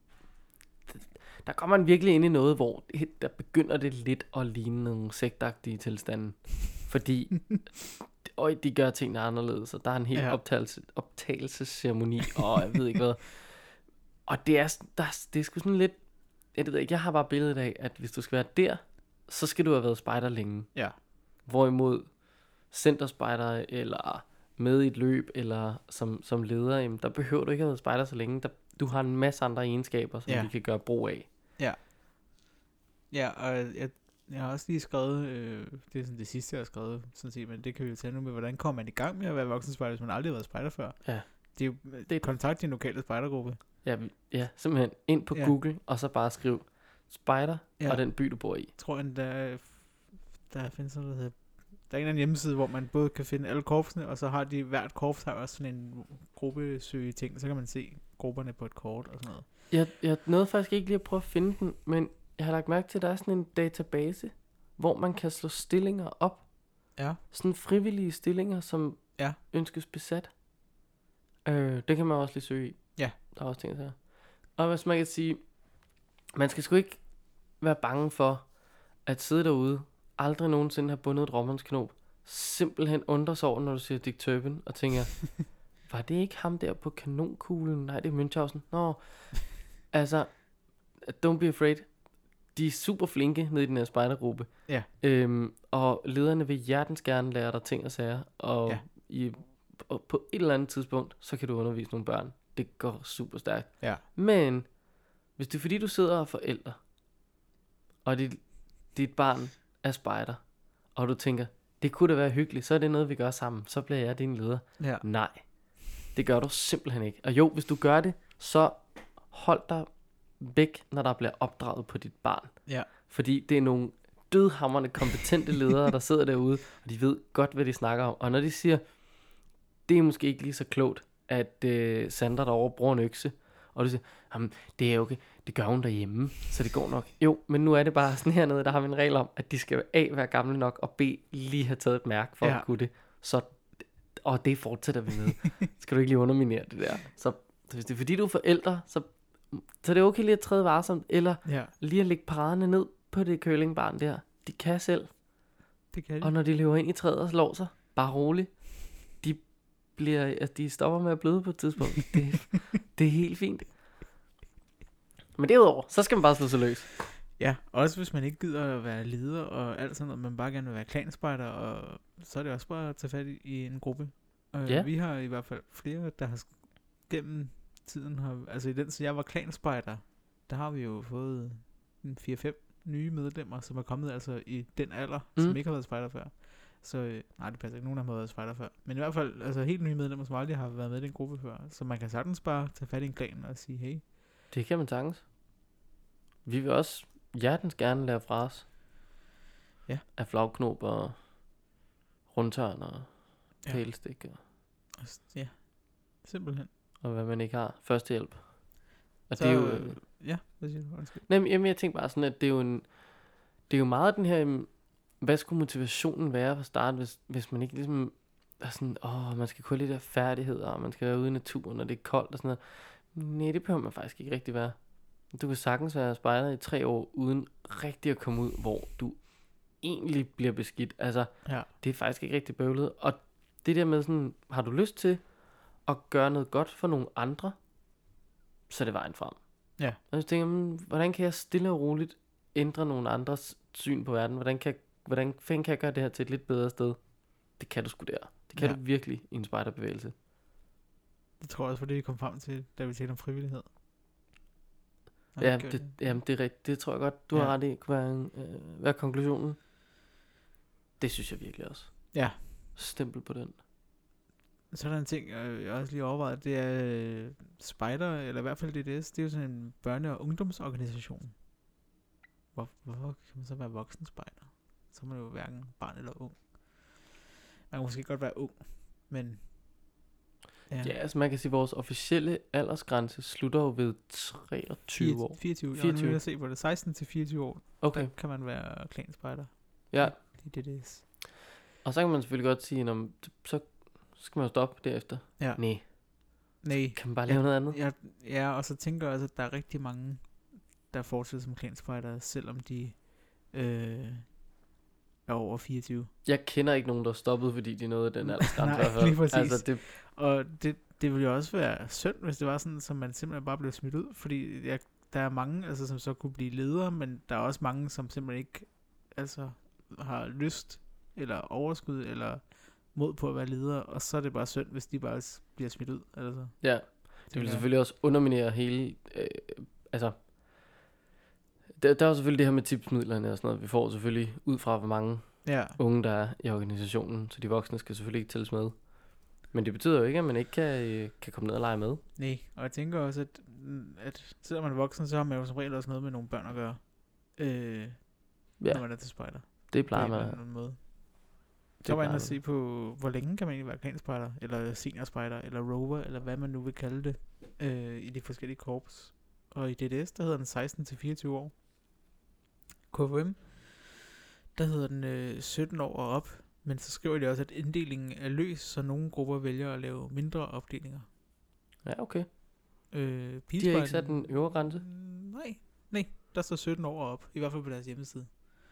der kommer man virkelig ind i noget, hvor der begynder det lidt at ligne nogle sektagtige tilstande. Fordi de gør tingene anderledes, og der er en helt optagelsesceremoni, og jeg ved ikke hvad. Og det er sgu sådan lidt, jeg ved ikke, jeg har bare billedet af, at hvis du skal være der, så skal du have været spejder længe. Ja. Hvorimod centerspejder eller med i et løb eller som leder, jamen, der behøver du ikke have været spejder så længe. Du har en masse andre egenskaber, som vi kan gøre brug af. Ja. Ja, og jeg har også lige skrevet, det er sådan det sidste, jeg har skrevet, sådan set, men det kan vi jo tage nu med, hvordan kommer man i gang med at være voksenspejder, hvis man aldrig har været spejder før. Ja. Det er jo kontakt din lokale spejdergruppe. Ja, simpelthen ind på Google, og så bare skriv spejder, og den by, du bor i. Jeg tror, at der findes noget, der hedder, der er en eller anden hjemmeside, hvor man både kan finde alle korpsene, og så har de hvert korps har også sådan en gruppesøge ting, så kan man se grupperne på et kort og sådan noget. Jeg nåede faktisk ikke lige at prøve at finde den, men jeg har lagt mærke til, at der er sådan en database, hvor man kan slå stillinger op. Ja. Sådan frivillige stillinger, som ønskes besat. Det kan man også lige søge i. Ja. Der er også ting her. Og hvis man kan sige, man skal sgu ikke være bange for at sidde derude, aldrig nogensinde have bundet et råmandsknop, simpelthen undre sig over, når du siger Dick Turpin, og tænker, var det ikke ham der på kanonkuglen? Nej, det er Münchhausen. Nå, altså, don't be afraid. De er super flinke nede i den her spejdergruppe. Ja. Og lederne vil hjertens gerne lære dig ting og sager, og og på et eller andet tidspunkt, så kan du undervise nogle børn. Det går super stærkt. Ja. Men hvis det er fordi, du sidder og er forældre, og dit barn er spejder, og du tænker, det kunne da være hyggeligt, så er det noget, vi gør sammen. Så bliver jeg din leder. Ja. Nej, det gør du simpelthen ikke. Og jo, hvis du gør det, så hold dig væk, når der bliver opdraget på dit barn. Ja. Fordi det er nogle dødhamrende kompetente ledere, der sidder derude, og de ved godt, hvad de snakker om. Og når de siger, det er måske ikke lige så klogt, at Sandra derovre bruger en økse, og du siger, jamen, det er okay, det gør hun derhjemme, så det går nok. Jo, men nu er det bare sådan hernede, der har vi en regel om, at de skal A, være gamle nok, og B, lige have taget et mærke for at kunne det. Så, og det fortsætter vi med. Skal du ikke lige underminere det der. Så hvis det er fordi, du er forældre, så er det okay lige at træde varsomt, eller lige at lægge paraderne ned på det curlingbarn der. De kan selv. Det kan de. Og når de løber ind i træet og slår sig, bare roligt. De stopper med at bløde på et tidspunkt. Det er helt fint. Men derudover, så skal man bare slå sig løs. Ja, også hvis man ikke gider at være leder og alt sådan noget, man bare gerne vil være klanspejder, og så er det også bare at tage fat i en gruppe. Vi har i hvert fald flere, der har gennem tiden, altså i den, så jeg var klanspejder, der har vi jo fået 4-5 nye medlemmer, som er kommet altså i den alder, som ikke har været spejder før. Så nej, det passer ikke. Nogen har været spejder før. Men i hvert fald altså helt nye medlemmer, som aldrig har været med i den gruppe før. Så man kan sagtens bare tage fat i en klan og sige, hey. Det kan man sagtens. Vi vil også hjertens gerne lære fra os. Ja. Af flagknop og rundtørn og pælestik. Ja, simpelthen. Og hvad man ikke har. Førstehjælp. Og så, det er jo... hvad siger du? Undskyld. Jamen, jeg tænker bare sådan, at det er jo meget den her... Hvad skulle motivationen være fra start, hvis man ikke ligesom er sådan, man skal kunne lidt af færdigheder, og man skal være ude i naturen, og det er koldt og sådan noget. Nej, det behøver man faktisk ikke rigtig være. Du kan sagtens være spejder i 3 år, uden rigtig at komme ud, hvor du egentlig bliver beskidt. Altså, det er faktisk ikke rigtig bøvlet. Og det der med sådan, har du lyst til at gøre noget godt for nogle andre, så er det vejen frem. Ja. Og jeg tænker, hvordan kan jeg stille og roligt ændre nogle andres syn på verden? Hvordan fanden kan jeg gøre det her til et lidt bedre sted? Det kan du sgu der. Det kan du virkelig i en spejderbevægelse. Det tror jeg også, fordi vi kom frem til, da vi talte om frivillighed. Jamen, det er rigtigt. Det tror jeg godt, du har ret i. Kunne være konklusionen. Det synes jeg virkelig også. Ja. Stempel på den. Så er der en ting, jeg også lige overvejet, det er Spejder, eller i hvert fald DDS, det er jo sådan en børne- og ungdomsorganisation. Hvorfor kan man så være voksen spejder? Så er man jo hverken barn eller ung. Man kan måske godt være ung, men... Ja, altså man kan sige, at vores officielle aldersgrænse slutter jo ved 23 år. 24. 24. Jeg vil se på det. 16 til 24 år, Okay, der kan man være klanspejder. ja. Det er DDS. Og så kan man selvfølgelig godt sige, så skal man jo stoppe derefter. Ja. Nej. Kan man bare lave noget andet? Ja, og så tænker jeg også, at der er rigtig mange, der fortsætter som klanspejder, selvom de er over 24. Jeg kender ikke nogen, der er stoppet, fordi de nåede den aldersgrænse. i hvert fald. lige præcis. Altså, det, Og det ville jo også være synd, hvis det var sådan, så man simpelthen bare blev smidt ud, fordi der er mange, altså, som så kunne blive ledere, men der er også mange, som simpelthen ikke altså, har lyst, eller overskud, eller mod på at være ledere, og så er det bare synd, hvis de bare bliver smidt ud. Altså. ja, det vil selvfølgelig også underminere hele... altså, der er jo selvfølgelig det her med tipsmidlerne og sådan noget. Vi får selvfølgelig ud fra, hvor mange unge, der er i organisationen, så de voksne skal selvfølgelig ikke tælles med. Men det betyder jo ikke, at man ikke kan komme ned og lege med. Nej, og jeg tænker også, at selvom man er voksen, så har man jo som regel også noget med nogle børn at gøre, når man er til spejder. Det plejer på en man. eller anden måde. Så var jeg inde og se på, hvor længe kan man egentlig være klanspejder, eller seniorspejder, eller rover, eller hvad man nu vil kalde det, i de forskellige korps. Og i DDS, der hedder den 16 til 24 år. KFM, der hedder den 17 år og op. Men så skriver de også, at inddelingen er løs, så nogle grupper vælger at lave mindre opdelinger. Ja, okay. De De har ikke sat en øvre grænse? Nej, der står 17 år og op, i hvert fald på deres hjemmeside.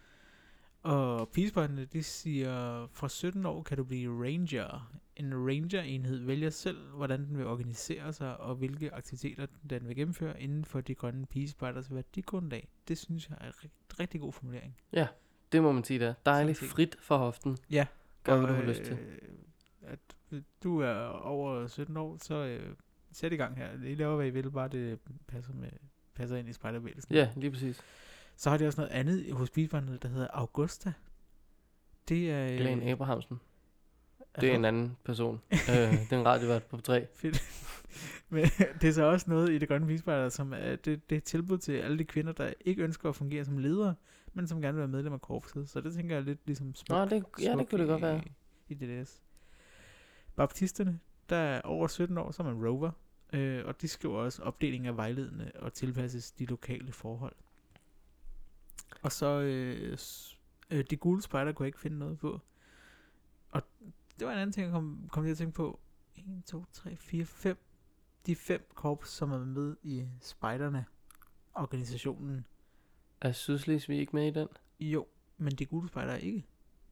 Og pigespejderne, de siger, fra 17 år kan du blive ranger. En ranger-enhed vælger selv, hvordan den vil organisere sig, og hvilke aktiviteter den vil gennemføre inden for de grønne pigespejders værdigrundlag. Det synes jeg er en rigtig god formulering. Ja, det må man sige der. Dejligt frit for hoften. Ja. Gør, hvad du har lyst til. At du er over 17 år, så sæt i gang her. I laver, hvad I vil, bare det passer ind i spejderbevægelsen. Ja, lige præcis. Så har de også noget andet hos pigespejderne, der hedder Augusta. Det er... Glenn Abrahamsen. Det er en anden person. Det er en radiovært på 3. Fedt. Men det er så også noget i det grønne pigespejder, som er, det er et tilbud til alle de kvinder, der ikke ønsker at fungere som ledere, men som gerne vil være medlem af korpset. Så det tænker jeg er lidt ligesom smuk, det kunne det godt være. I DDS. Baptisterne, der er over 17 år, så er man rover. Og de skriver også opdeling af vejledende og tilpasses de lokale forhold. Og så de gule spejder kunne jeg ikke finde noget på. Og det var en anden ting, jeg kom til at tænke på. 1, 2, 3, 4, 5. De 5 korps, som er med i spejderne, organisationen. Er Sydslesvig ikke med i den? Jo, men de gule spejder er ikke.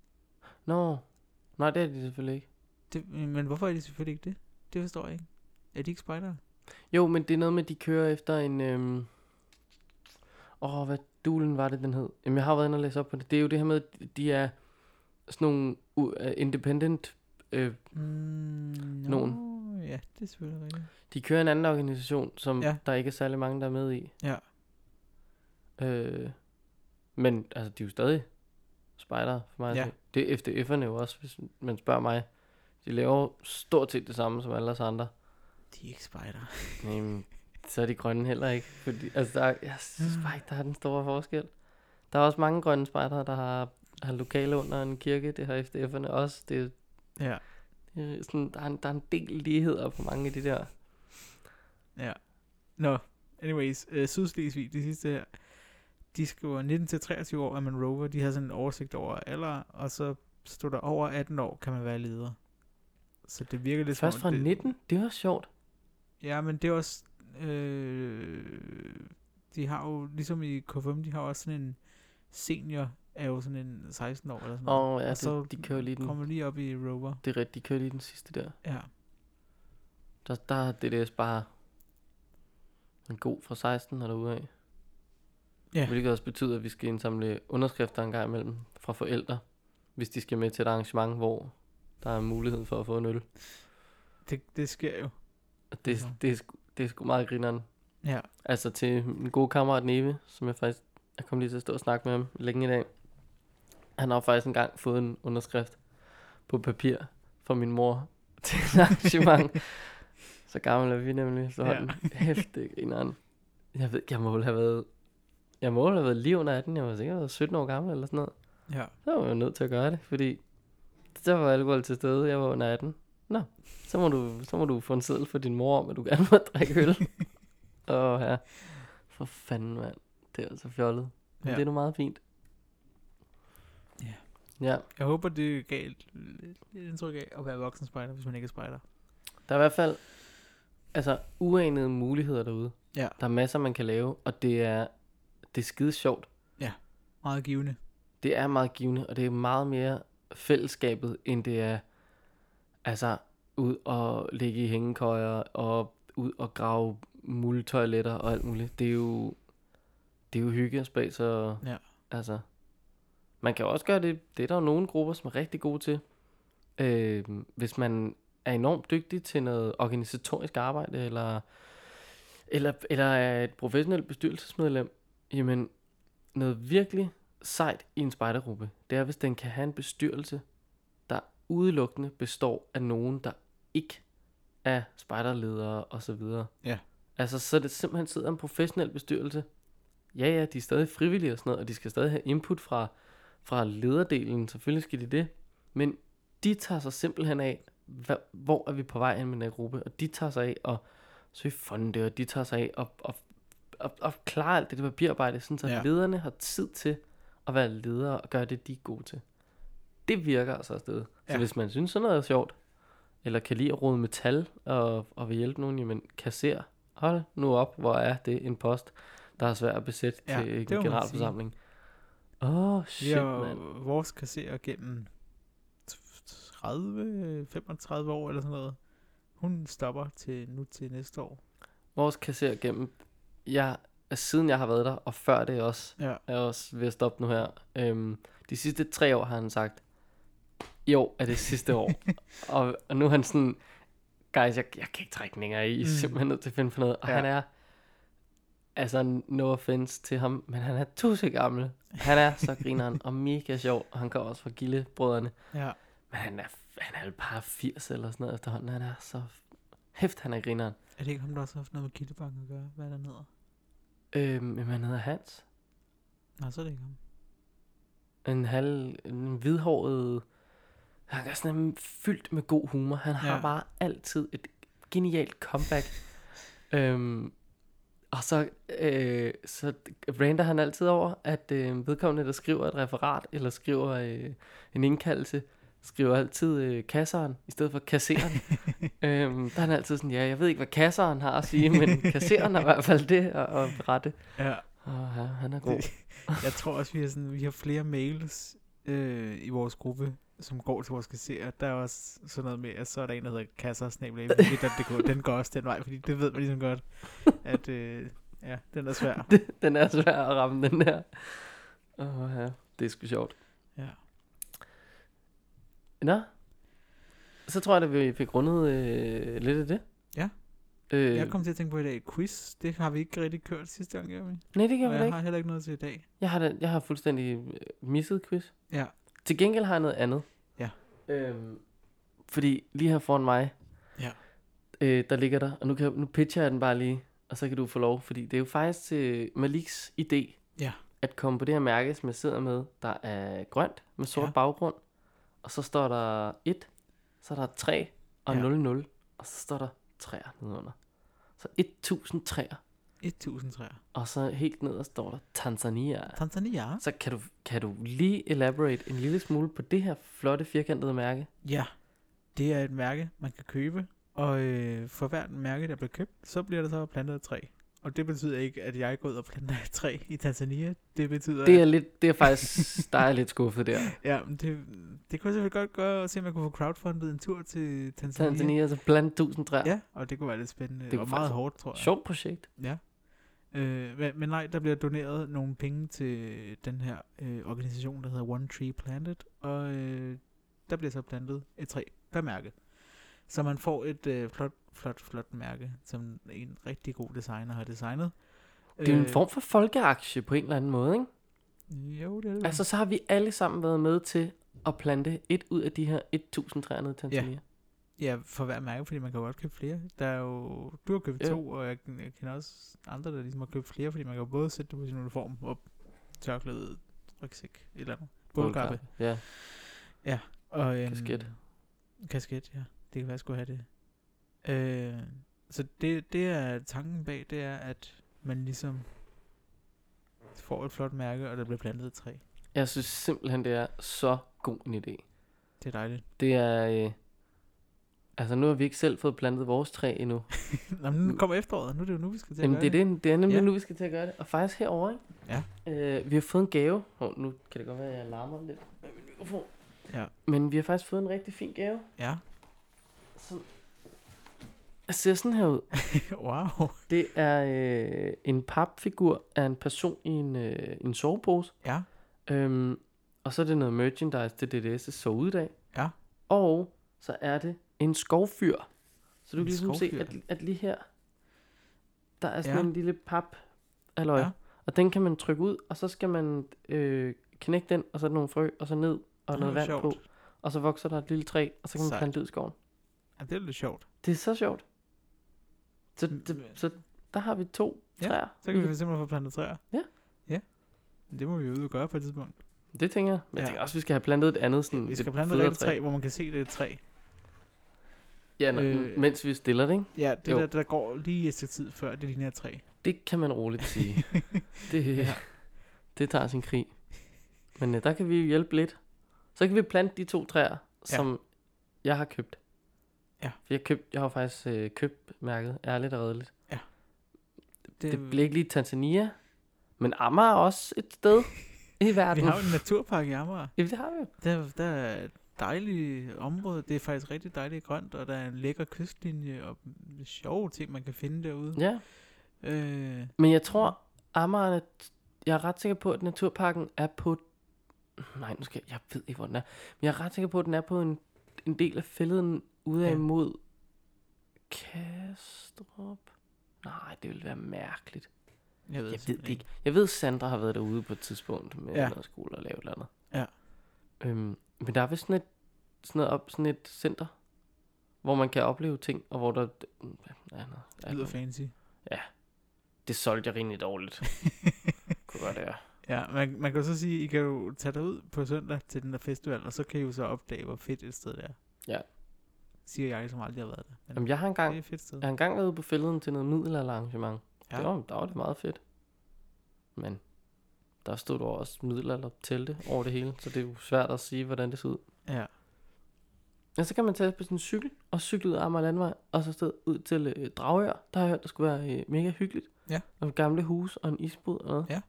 Nej, det er de selvfølgelig ikke. Men hvorfor er de selvfølgelig ikke det? Det forstår jeg ikke. Er de ikke spejdere? Jo, men det er noget med, at de kører efter en... hvad dulen var det, den hed? Jamen, jeg har været inde og læse op på det. Det er jo det her med, at de er sådan nogle independent... nogen. Ja, det er selvfølgelig rigtigt. De kører en anden organisation, som der ikke er særlig mange, der er med i. Ja. Men altså, de er jo stadig spejdere for mig. Ja. Det er FDF'erne jo også, hvis man spørger mig. De laver stort set det samme som alle os andre. De er ikke spejdere. Jamen, så er de grønne heller ikke. Fordi, altså, jeg synes bare ikke, der er den store forskel. Der er også mange grønne spejdere, der har lokale under en kirke. Det har FDF'erne også. Det er sådan, der er en del ligheder på mange af de der. Ja. Anyways, Sydslesvig, det sidste her, de skriver 19-23 år er man rover. De har sådan en oversigt over alder, og så står der over 18 år kan man være leder. Så det virker lidt først fra 19? Det var sjovt. Ja, men det er også de har jo ligesom i KFM, de har også sådan en senior er jo sådan en 16 år eller sådan noget. Ja, og så de kører lige den. Kommer lige op i rover. Det er rigtigt, de kører lige den sidste der. Ja. Der er DDS bare en god fra 16 og derude af. Ja. Hvilket også betyder, at vi skal indsamle underskrifter en gang imellem fra forældre, hvis de skal med til et arrangement, hvor der er mulighed for at få en øl. Det sker jo. Det er sgu meget grineren. Ja. Altså til min gode kammerat Neve, som jeg kom lige til at stå og snakke med ham længe i dag. Han har faktisk engang fået en underskrift på papir fra min mor til et arrangement. Så gammel er vi nemlig. Så hold den hæftig grineren. Jeg ved, jeg må vel have været lige under 18. Jeg var sikkert været 17 år gammel eller sådan noget. Ja. Så var jeg jo nødt til at gøre det, fordi der var alkohol til stede. Jeg var under 18. Nå, så må du få en seddel for din mor om, at du gerne må drikke øl. Ja. For fanden, mand. Det er altså fjollet. Men det er nu meget fint. Ja. Ja. Jeg håber, det er galt et indtryk af at være voksen spejder, hvis man ikke er spejder. Der er i hvert fald uanede muligheder derude. Ja. Der er masser, man kan lave, og det er skide sjovt. Ja, meget givende. Det er meget givende, og det er meget mere fællesskabet, end det er ud og ligge i hængekøjer og ud og grave muldtoiletter og alt muligt. Det er jo hygge og spas, og man kan også gøre det. Det er der jo nogle grupper, som er rigtig gode til. Hvis man er enormt dygtig til noget organisatorisk arbejde, eller er et professionelt bestyrelsesmedlem, jamen noget virkelig sejt i en spejdergruppe, det er, hvis den kan have en bestyrelse, der udelukkende består af nogen, der ikke er spejderledere og så videre. Ja. Så det simpelthen sidder en professionel bestyrelse. Ja, de er stadig frivillige og sådan noget, og de skal stadig have input fra lederdelen, selvfølgelig skal de det, men de tager sig simpelthen af, hvor er vi på vej ind med den her gruppe, og de tager sig af at søge fonde, og de tager sig af at klare alt det papirarbejde, sådan så lederne har tid til at være ledere og gøre det, de er gode til. Det virker altså afsted. Så hvis man synes sådan noget er sjovt, eller kan lide at rode metal og vil hjælpe nogen, jamen kasser, hold nu op, hvor er det en post, der er svært at besætte til en generalforsamling. Shit, mand. Vores kasserer gennem 30-35 år eller sådan noget. Hun stopper til næste år. Vores kasserer gennem, siden jeg har været der, og før det også, er også ved at stoppe nu her. De sidste 3 år har han sagt, i år er det sidste år. og nu er han sådan, guys, jeg kan ikke trække længere i, simpelthen nødt til at finde for noget. Og han er, no offense til ham, men han er tusind gammel. Han er så grineren og mega sjov, og han kommer også fra Gilde-brødrene. Ja. Men han er jo bare 80 eller sådan noget efterhånden. Han er så hæft, han er grineren. Er det ikke ham, der også har haft noget med Gildebanken at gøre? Hvad er der hedder? Men han hedder Hans. Nej, så er det ikke ham. En hvidhåret, han er sådan fyldt med god humor. Han har bare altid et genialt comeback. Og så brander han altid over, at vedkommende, der skriver et referat, eller skriver en indkaldelse, skriver altid kasseren, i stedet for kasseren. Der er han altid sådan, jeg ved ikke, hvad kasseren har at sige, men kasseren har i hvert fald det at berette. Ja. Og han er god. Jeg tror også, vi har flere mails i vores gruppe, som går til vores kasserer. Der er også sådan noget med, at så er der en, der hedder kasser-snabel.dk. Den går også den vej, fordi det ved man ligesom godt, at den er svær. Den er svær at ramme, den der. Det er sgu sjovt. Ja. Nå, så tror jeg, at vi fik rundet lidt af det. Ja. Jeg kom til at tænke på i dag, quiz, det har vi ikke rigtig kørt sidste gang, gør vi? Nej, det gør vi ikke. Jeg har heller ikke noget til i dag. Jeg har fuldstændig misset quiz. Ja. Til gengæld har jeg noget andet. Ja. Fordi lige her foran mig, der ligger der, og nu pitcher jeg den bare lige, og så kan du få lov, fordi det er jo faktisk til Maliks idé, at komme på det her mærke, som jeg sidder med, der er grønt med sort baggrund, og så står der 1, så er der 3 og 00, og så står der 3'er nedenunder. Så 1000 træer. 1000 træer. Og så helt ned står der Tanzania. Tanzania? Så kan du lige elaborate en lille smule på det her flotte firkantede mærke? Ja, det er et mærke, man kan købe, og for hvert mærke, der bliver købt, så bliver der så plantet et træ. Og det betyder ikke, at jeg går ud og planter et træ i Tanzania. Det betyder... Det er faktisk, der er lidt skuffet der. Ja, men det kunne jeg selvfølgelig godt gøre, og se om jeg kunne få crowdfundet en tur til Tanzania. Tanzania, så plante 1000 træer. Ja, og det kunne være lidt spændende. Det var meget hårdt, tror jeg. Sjovt projekt. Ja. Men nej, der bliver doneret nogle penge til den her organisation, der hedder One Tree Planted, og der bliver så plantet et træ per mærke. Så man får et flot mærke, som en rigtig god designer har designet. Det er en form for folkeaktie på en eller anden måde, ikke? Jo, det er det. Altså, så har vi alle sammen været med til at plante et ud af de her 1000 træer nede i Tanzania. Ja, for hver mærke, fordi man kan jo godt købe flere. Der er jo, du har købt 2, og jeg kender også andre, der ligesom har købt flere, fordi man kan jo både sætte det på sin uniform og tørklæde, rygsæk, et eller andet. Bålkappe. Ja. Ja. Og kasket, ja. Det kan være, jeg skulle have det. Så det er tanken bag, det er, at man ligesom får et flot mærke, og der bliver plantet et træ. Jeg synes simpelthen, det er så god en idé. Det er dejligt. Det er... altså, nu har vi ikke selv fået plantet vores træ endnu. Nå, men nu kommer efteråret. Nu er det jo nu, vi skal til at Jamen, gøre det. det er nemlig nu, vi skal til at gøre det. Og faktisk herovre, ikke? Ja. Vi har fået en gave. Nu kan det godt være, at jeg larmer lidt med min mikrofon. Ja. Men vi har faktisk fået en rigtig fin gave. Ja. Som ser sådan her ud. Wow. Det er en papfigur af en person i en sovepose. Ja. Og så er det noget merchandise til DDS' sovedag. Ja. Og så er det en skovfyr. Så du En kan ligesom skovfyr? se, at lige her, der er sådan Ja. en lille pap halløj. Ja. Og den kan man trykke ud, og så skal man knække den, og så er der nogle frø, og så ned, og noget vand sjovt. på. Og så vokser der et lille træ, og så kan man Sejt. plante det ud i skoven. Ja, det er lidt sjovt. Det er så sjovt. Så der har vi 2 Ja, træer. Så kan vi simpelthen få plantet træer. Ja. Ja. Det må vi jo ud og gøre på et tidspunkt. Det tænker jeg. Men jeg tænker også, vi skal have plantet et andet sådan Vi skal lidt plante et federe rigtigt træ, hvor man kan se, det er et træ. Ja, mens vi stiller det, ikke? Ja, det Jo. der går lige et stykke tid før, det ligner et træ. Det kan man roligt sige. Det tager sin krig. Men der kan vi jo hjælpe lidt. Så kan vi plante de 2 træer, som jeg har købt. Ja. For jeg har faktisk købt mærket, ærligt og redeligt. Ja. Det blev ikke lige Tanzania, men Amager er også et sted i verden. Vi har jo en naturpark i Amager. Ja, det har vi jo. Der er et dejligt område. Det er faktisk rigtig dejligt grønt, og der er en lækker kystlinje og sjove ting, man kan finde derude. Ja. Men jeg tror, Amager, jeg er ret sikker på, at naturparken er på... Nej, jeg ved ikke, hvor den er. Men jeg er ret sikker på, at den er på en del af fælleden ude af mod Kastrup. Nej, det ville være mærkeligt. Jeg ved det ikke. Jeg ved, Sandra har været derude på et tidspunkt med noget skole og lavet eller andet. Ja. Men der er vist sådan et center, hvor man kan opleve ting, og hvor der... Det lyder fancy. Ja. Det solgte jeg rimelig dårligt. Kunne godt være. Ja, man kan så sige, I kan jo tage derud på søndag til den der festival, og så kan I jo så opdage, hvor fedt et sted det er. Ja. Siger jeg, som aldrig har været der. Men Jamen, jeg har det er et fedt sted. engang været ude på fælleden til noget middelalderarrangement. Ja. Der var det meget fedt. Men der stod også middelalder telte over det hele, så det er jo svært at sige, hvordan det ser ud. Ja. Ja, så kan man tage på sådan en cykel, og cykle ud af Amager Landvej, og så sted ud til Dragør. Der har jeg hørt, der skulle være mega hyggeligt. Ja. Nogle gamle hus og en isbod og noget. Ja.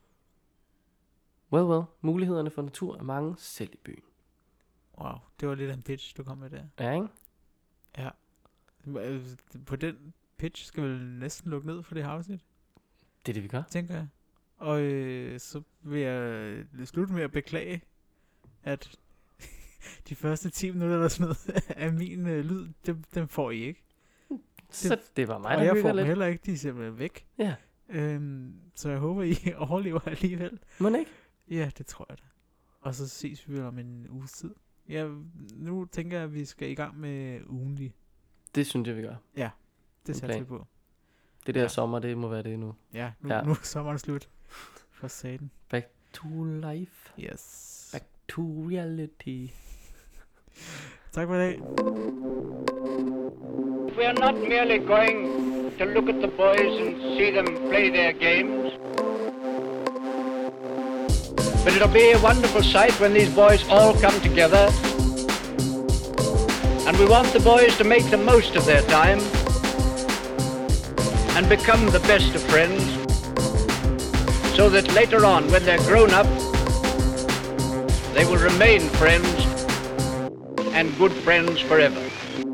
Well. Mulighederne for natur er mange, selv i byen. Wow, det var lidt af en pitch, du kom med der. Ja, ikke? Ja. På den pitch skal vi næsten lukke ned for det her afsnit, Det er det, vi gør. tænker jeg. Og så vil jeg slutte med at beklage, at de første 10 minutter eller sådan noget af min lyd, dem får I ikke. Så det var mig, og der jeg hygger får dem lidt. heller ikke, de er simpelthen væk. Ja. Så jeg håber, I overlever alligevel. Må ikke? Ja, det tror jeg da. Og så ses vi om en uges tid. Ja, nu tænker jeg, at vi skal i gang med ugenlig. Det synes jeg, vi gør. Ja, det En satser plan. vi på. Det der sommer, det må være det nu. Ja, nu er sommeren slut. For satan. Back to life. Yes. Back to reality. Tak for i dag. We are not merely going to look at the boys and see them play their games, but it'll be a wonderful sight when these boys all come together, and we want the boys to make the most of their time and become the best of friends, so that later on, when they're grown up, they will remain friends and good friends forever.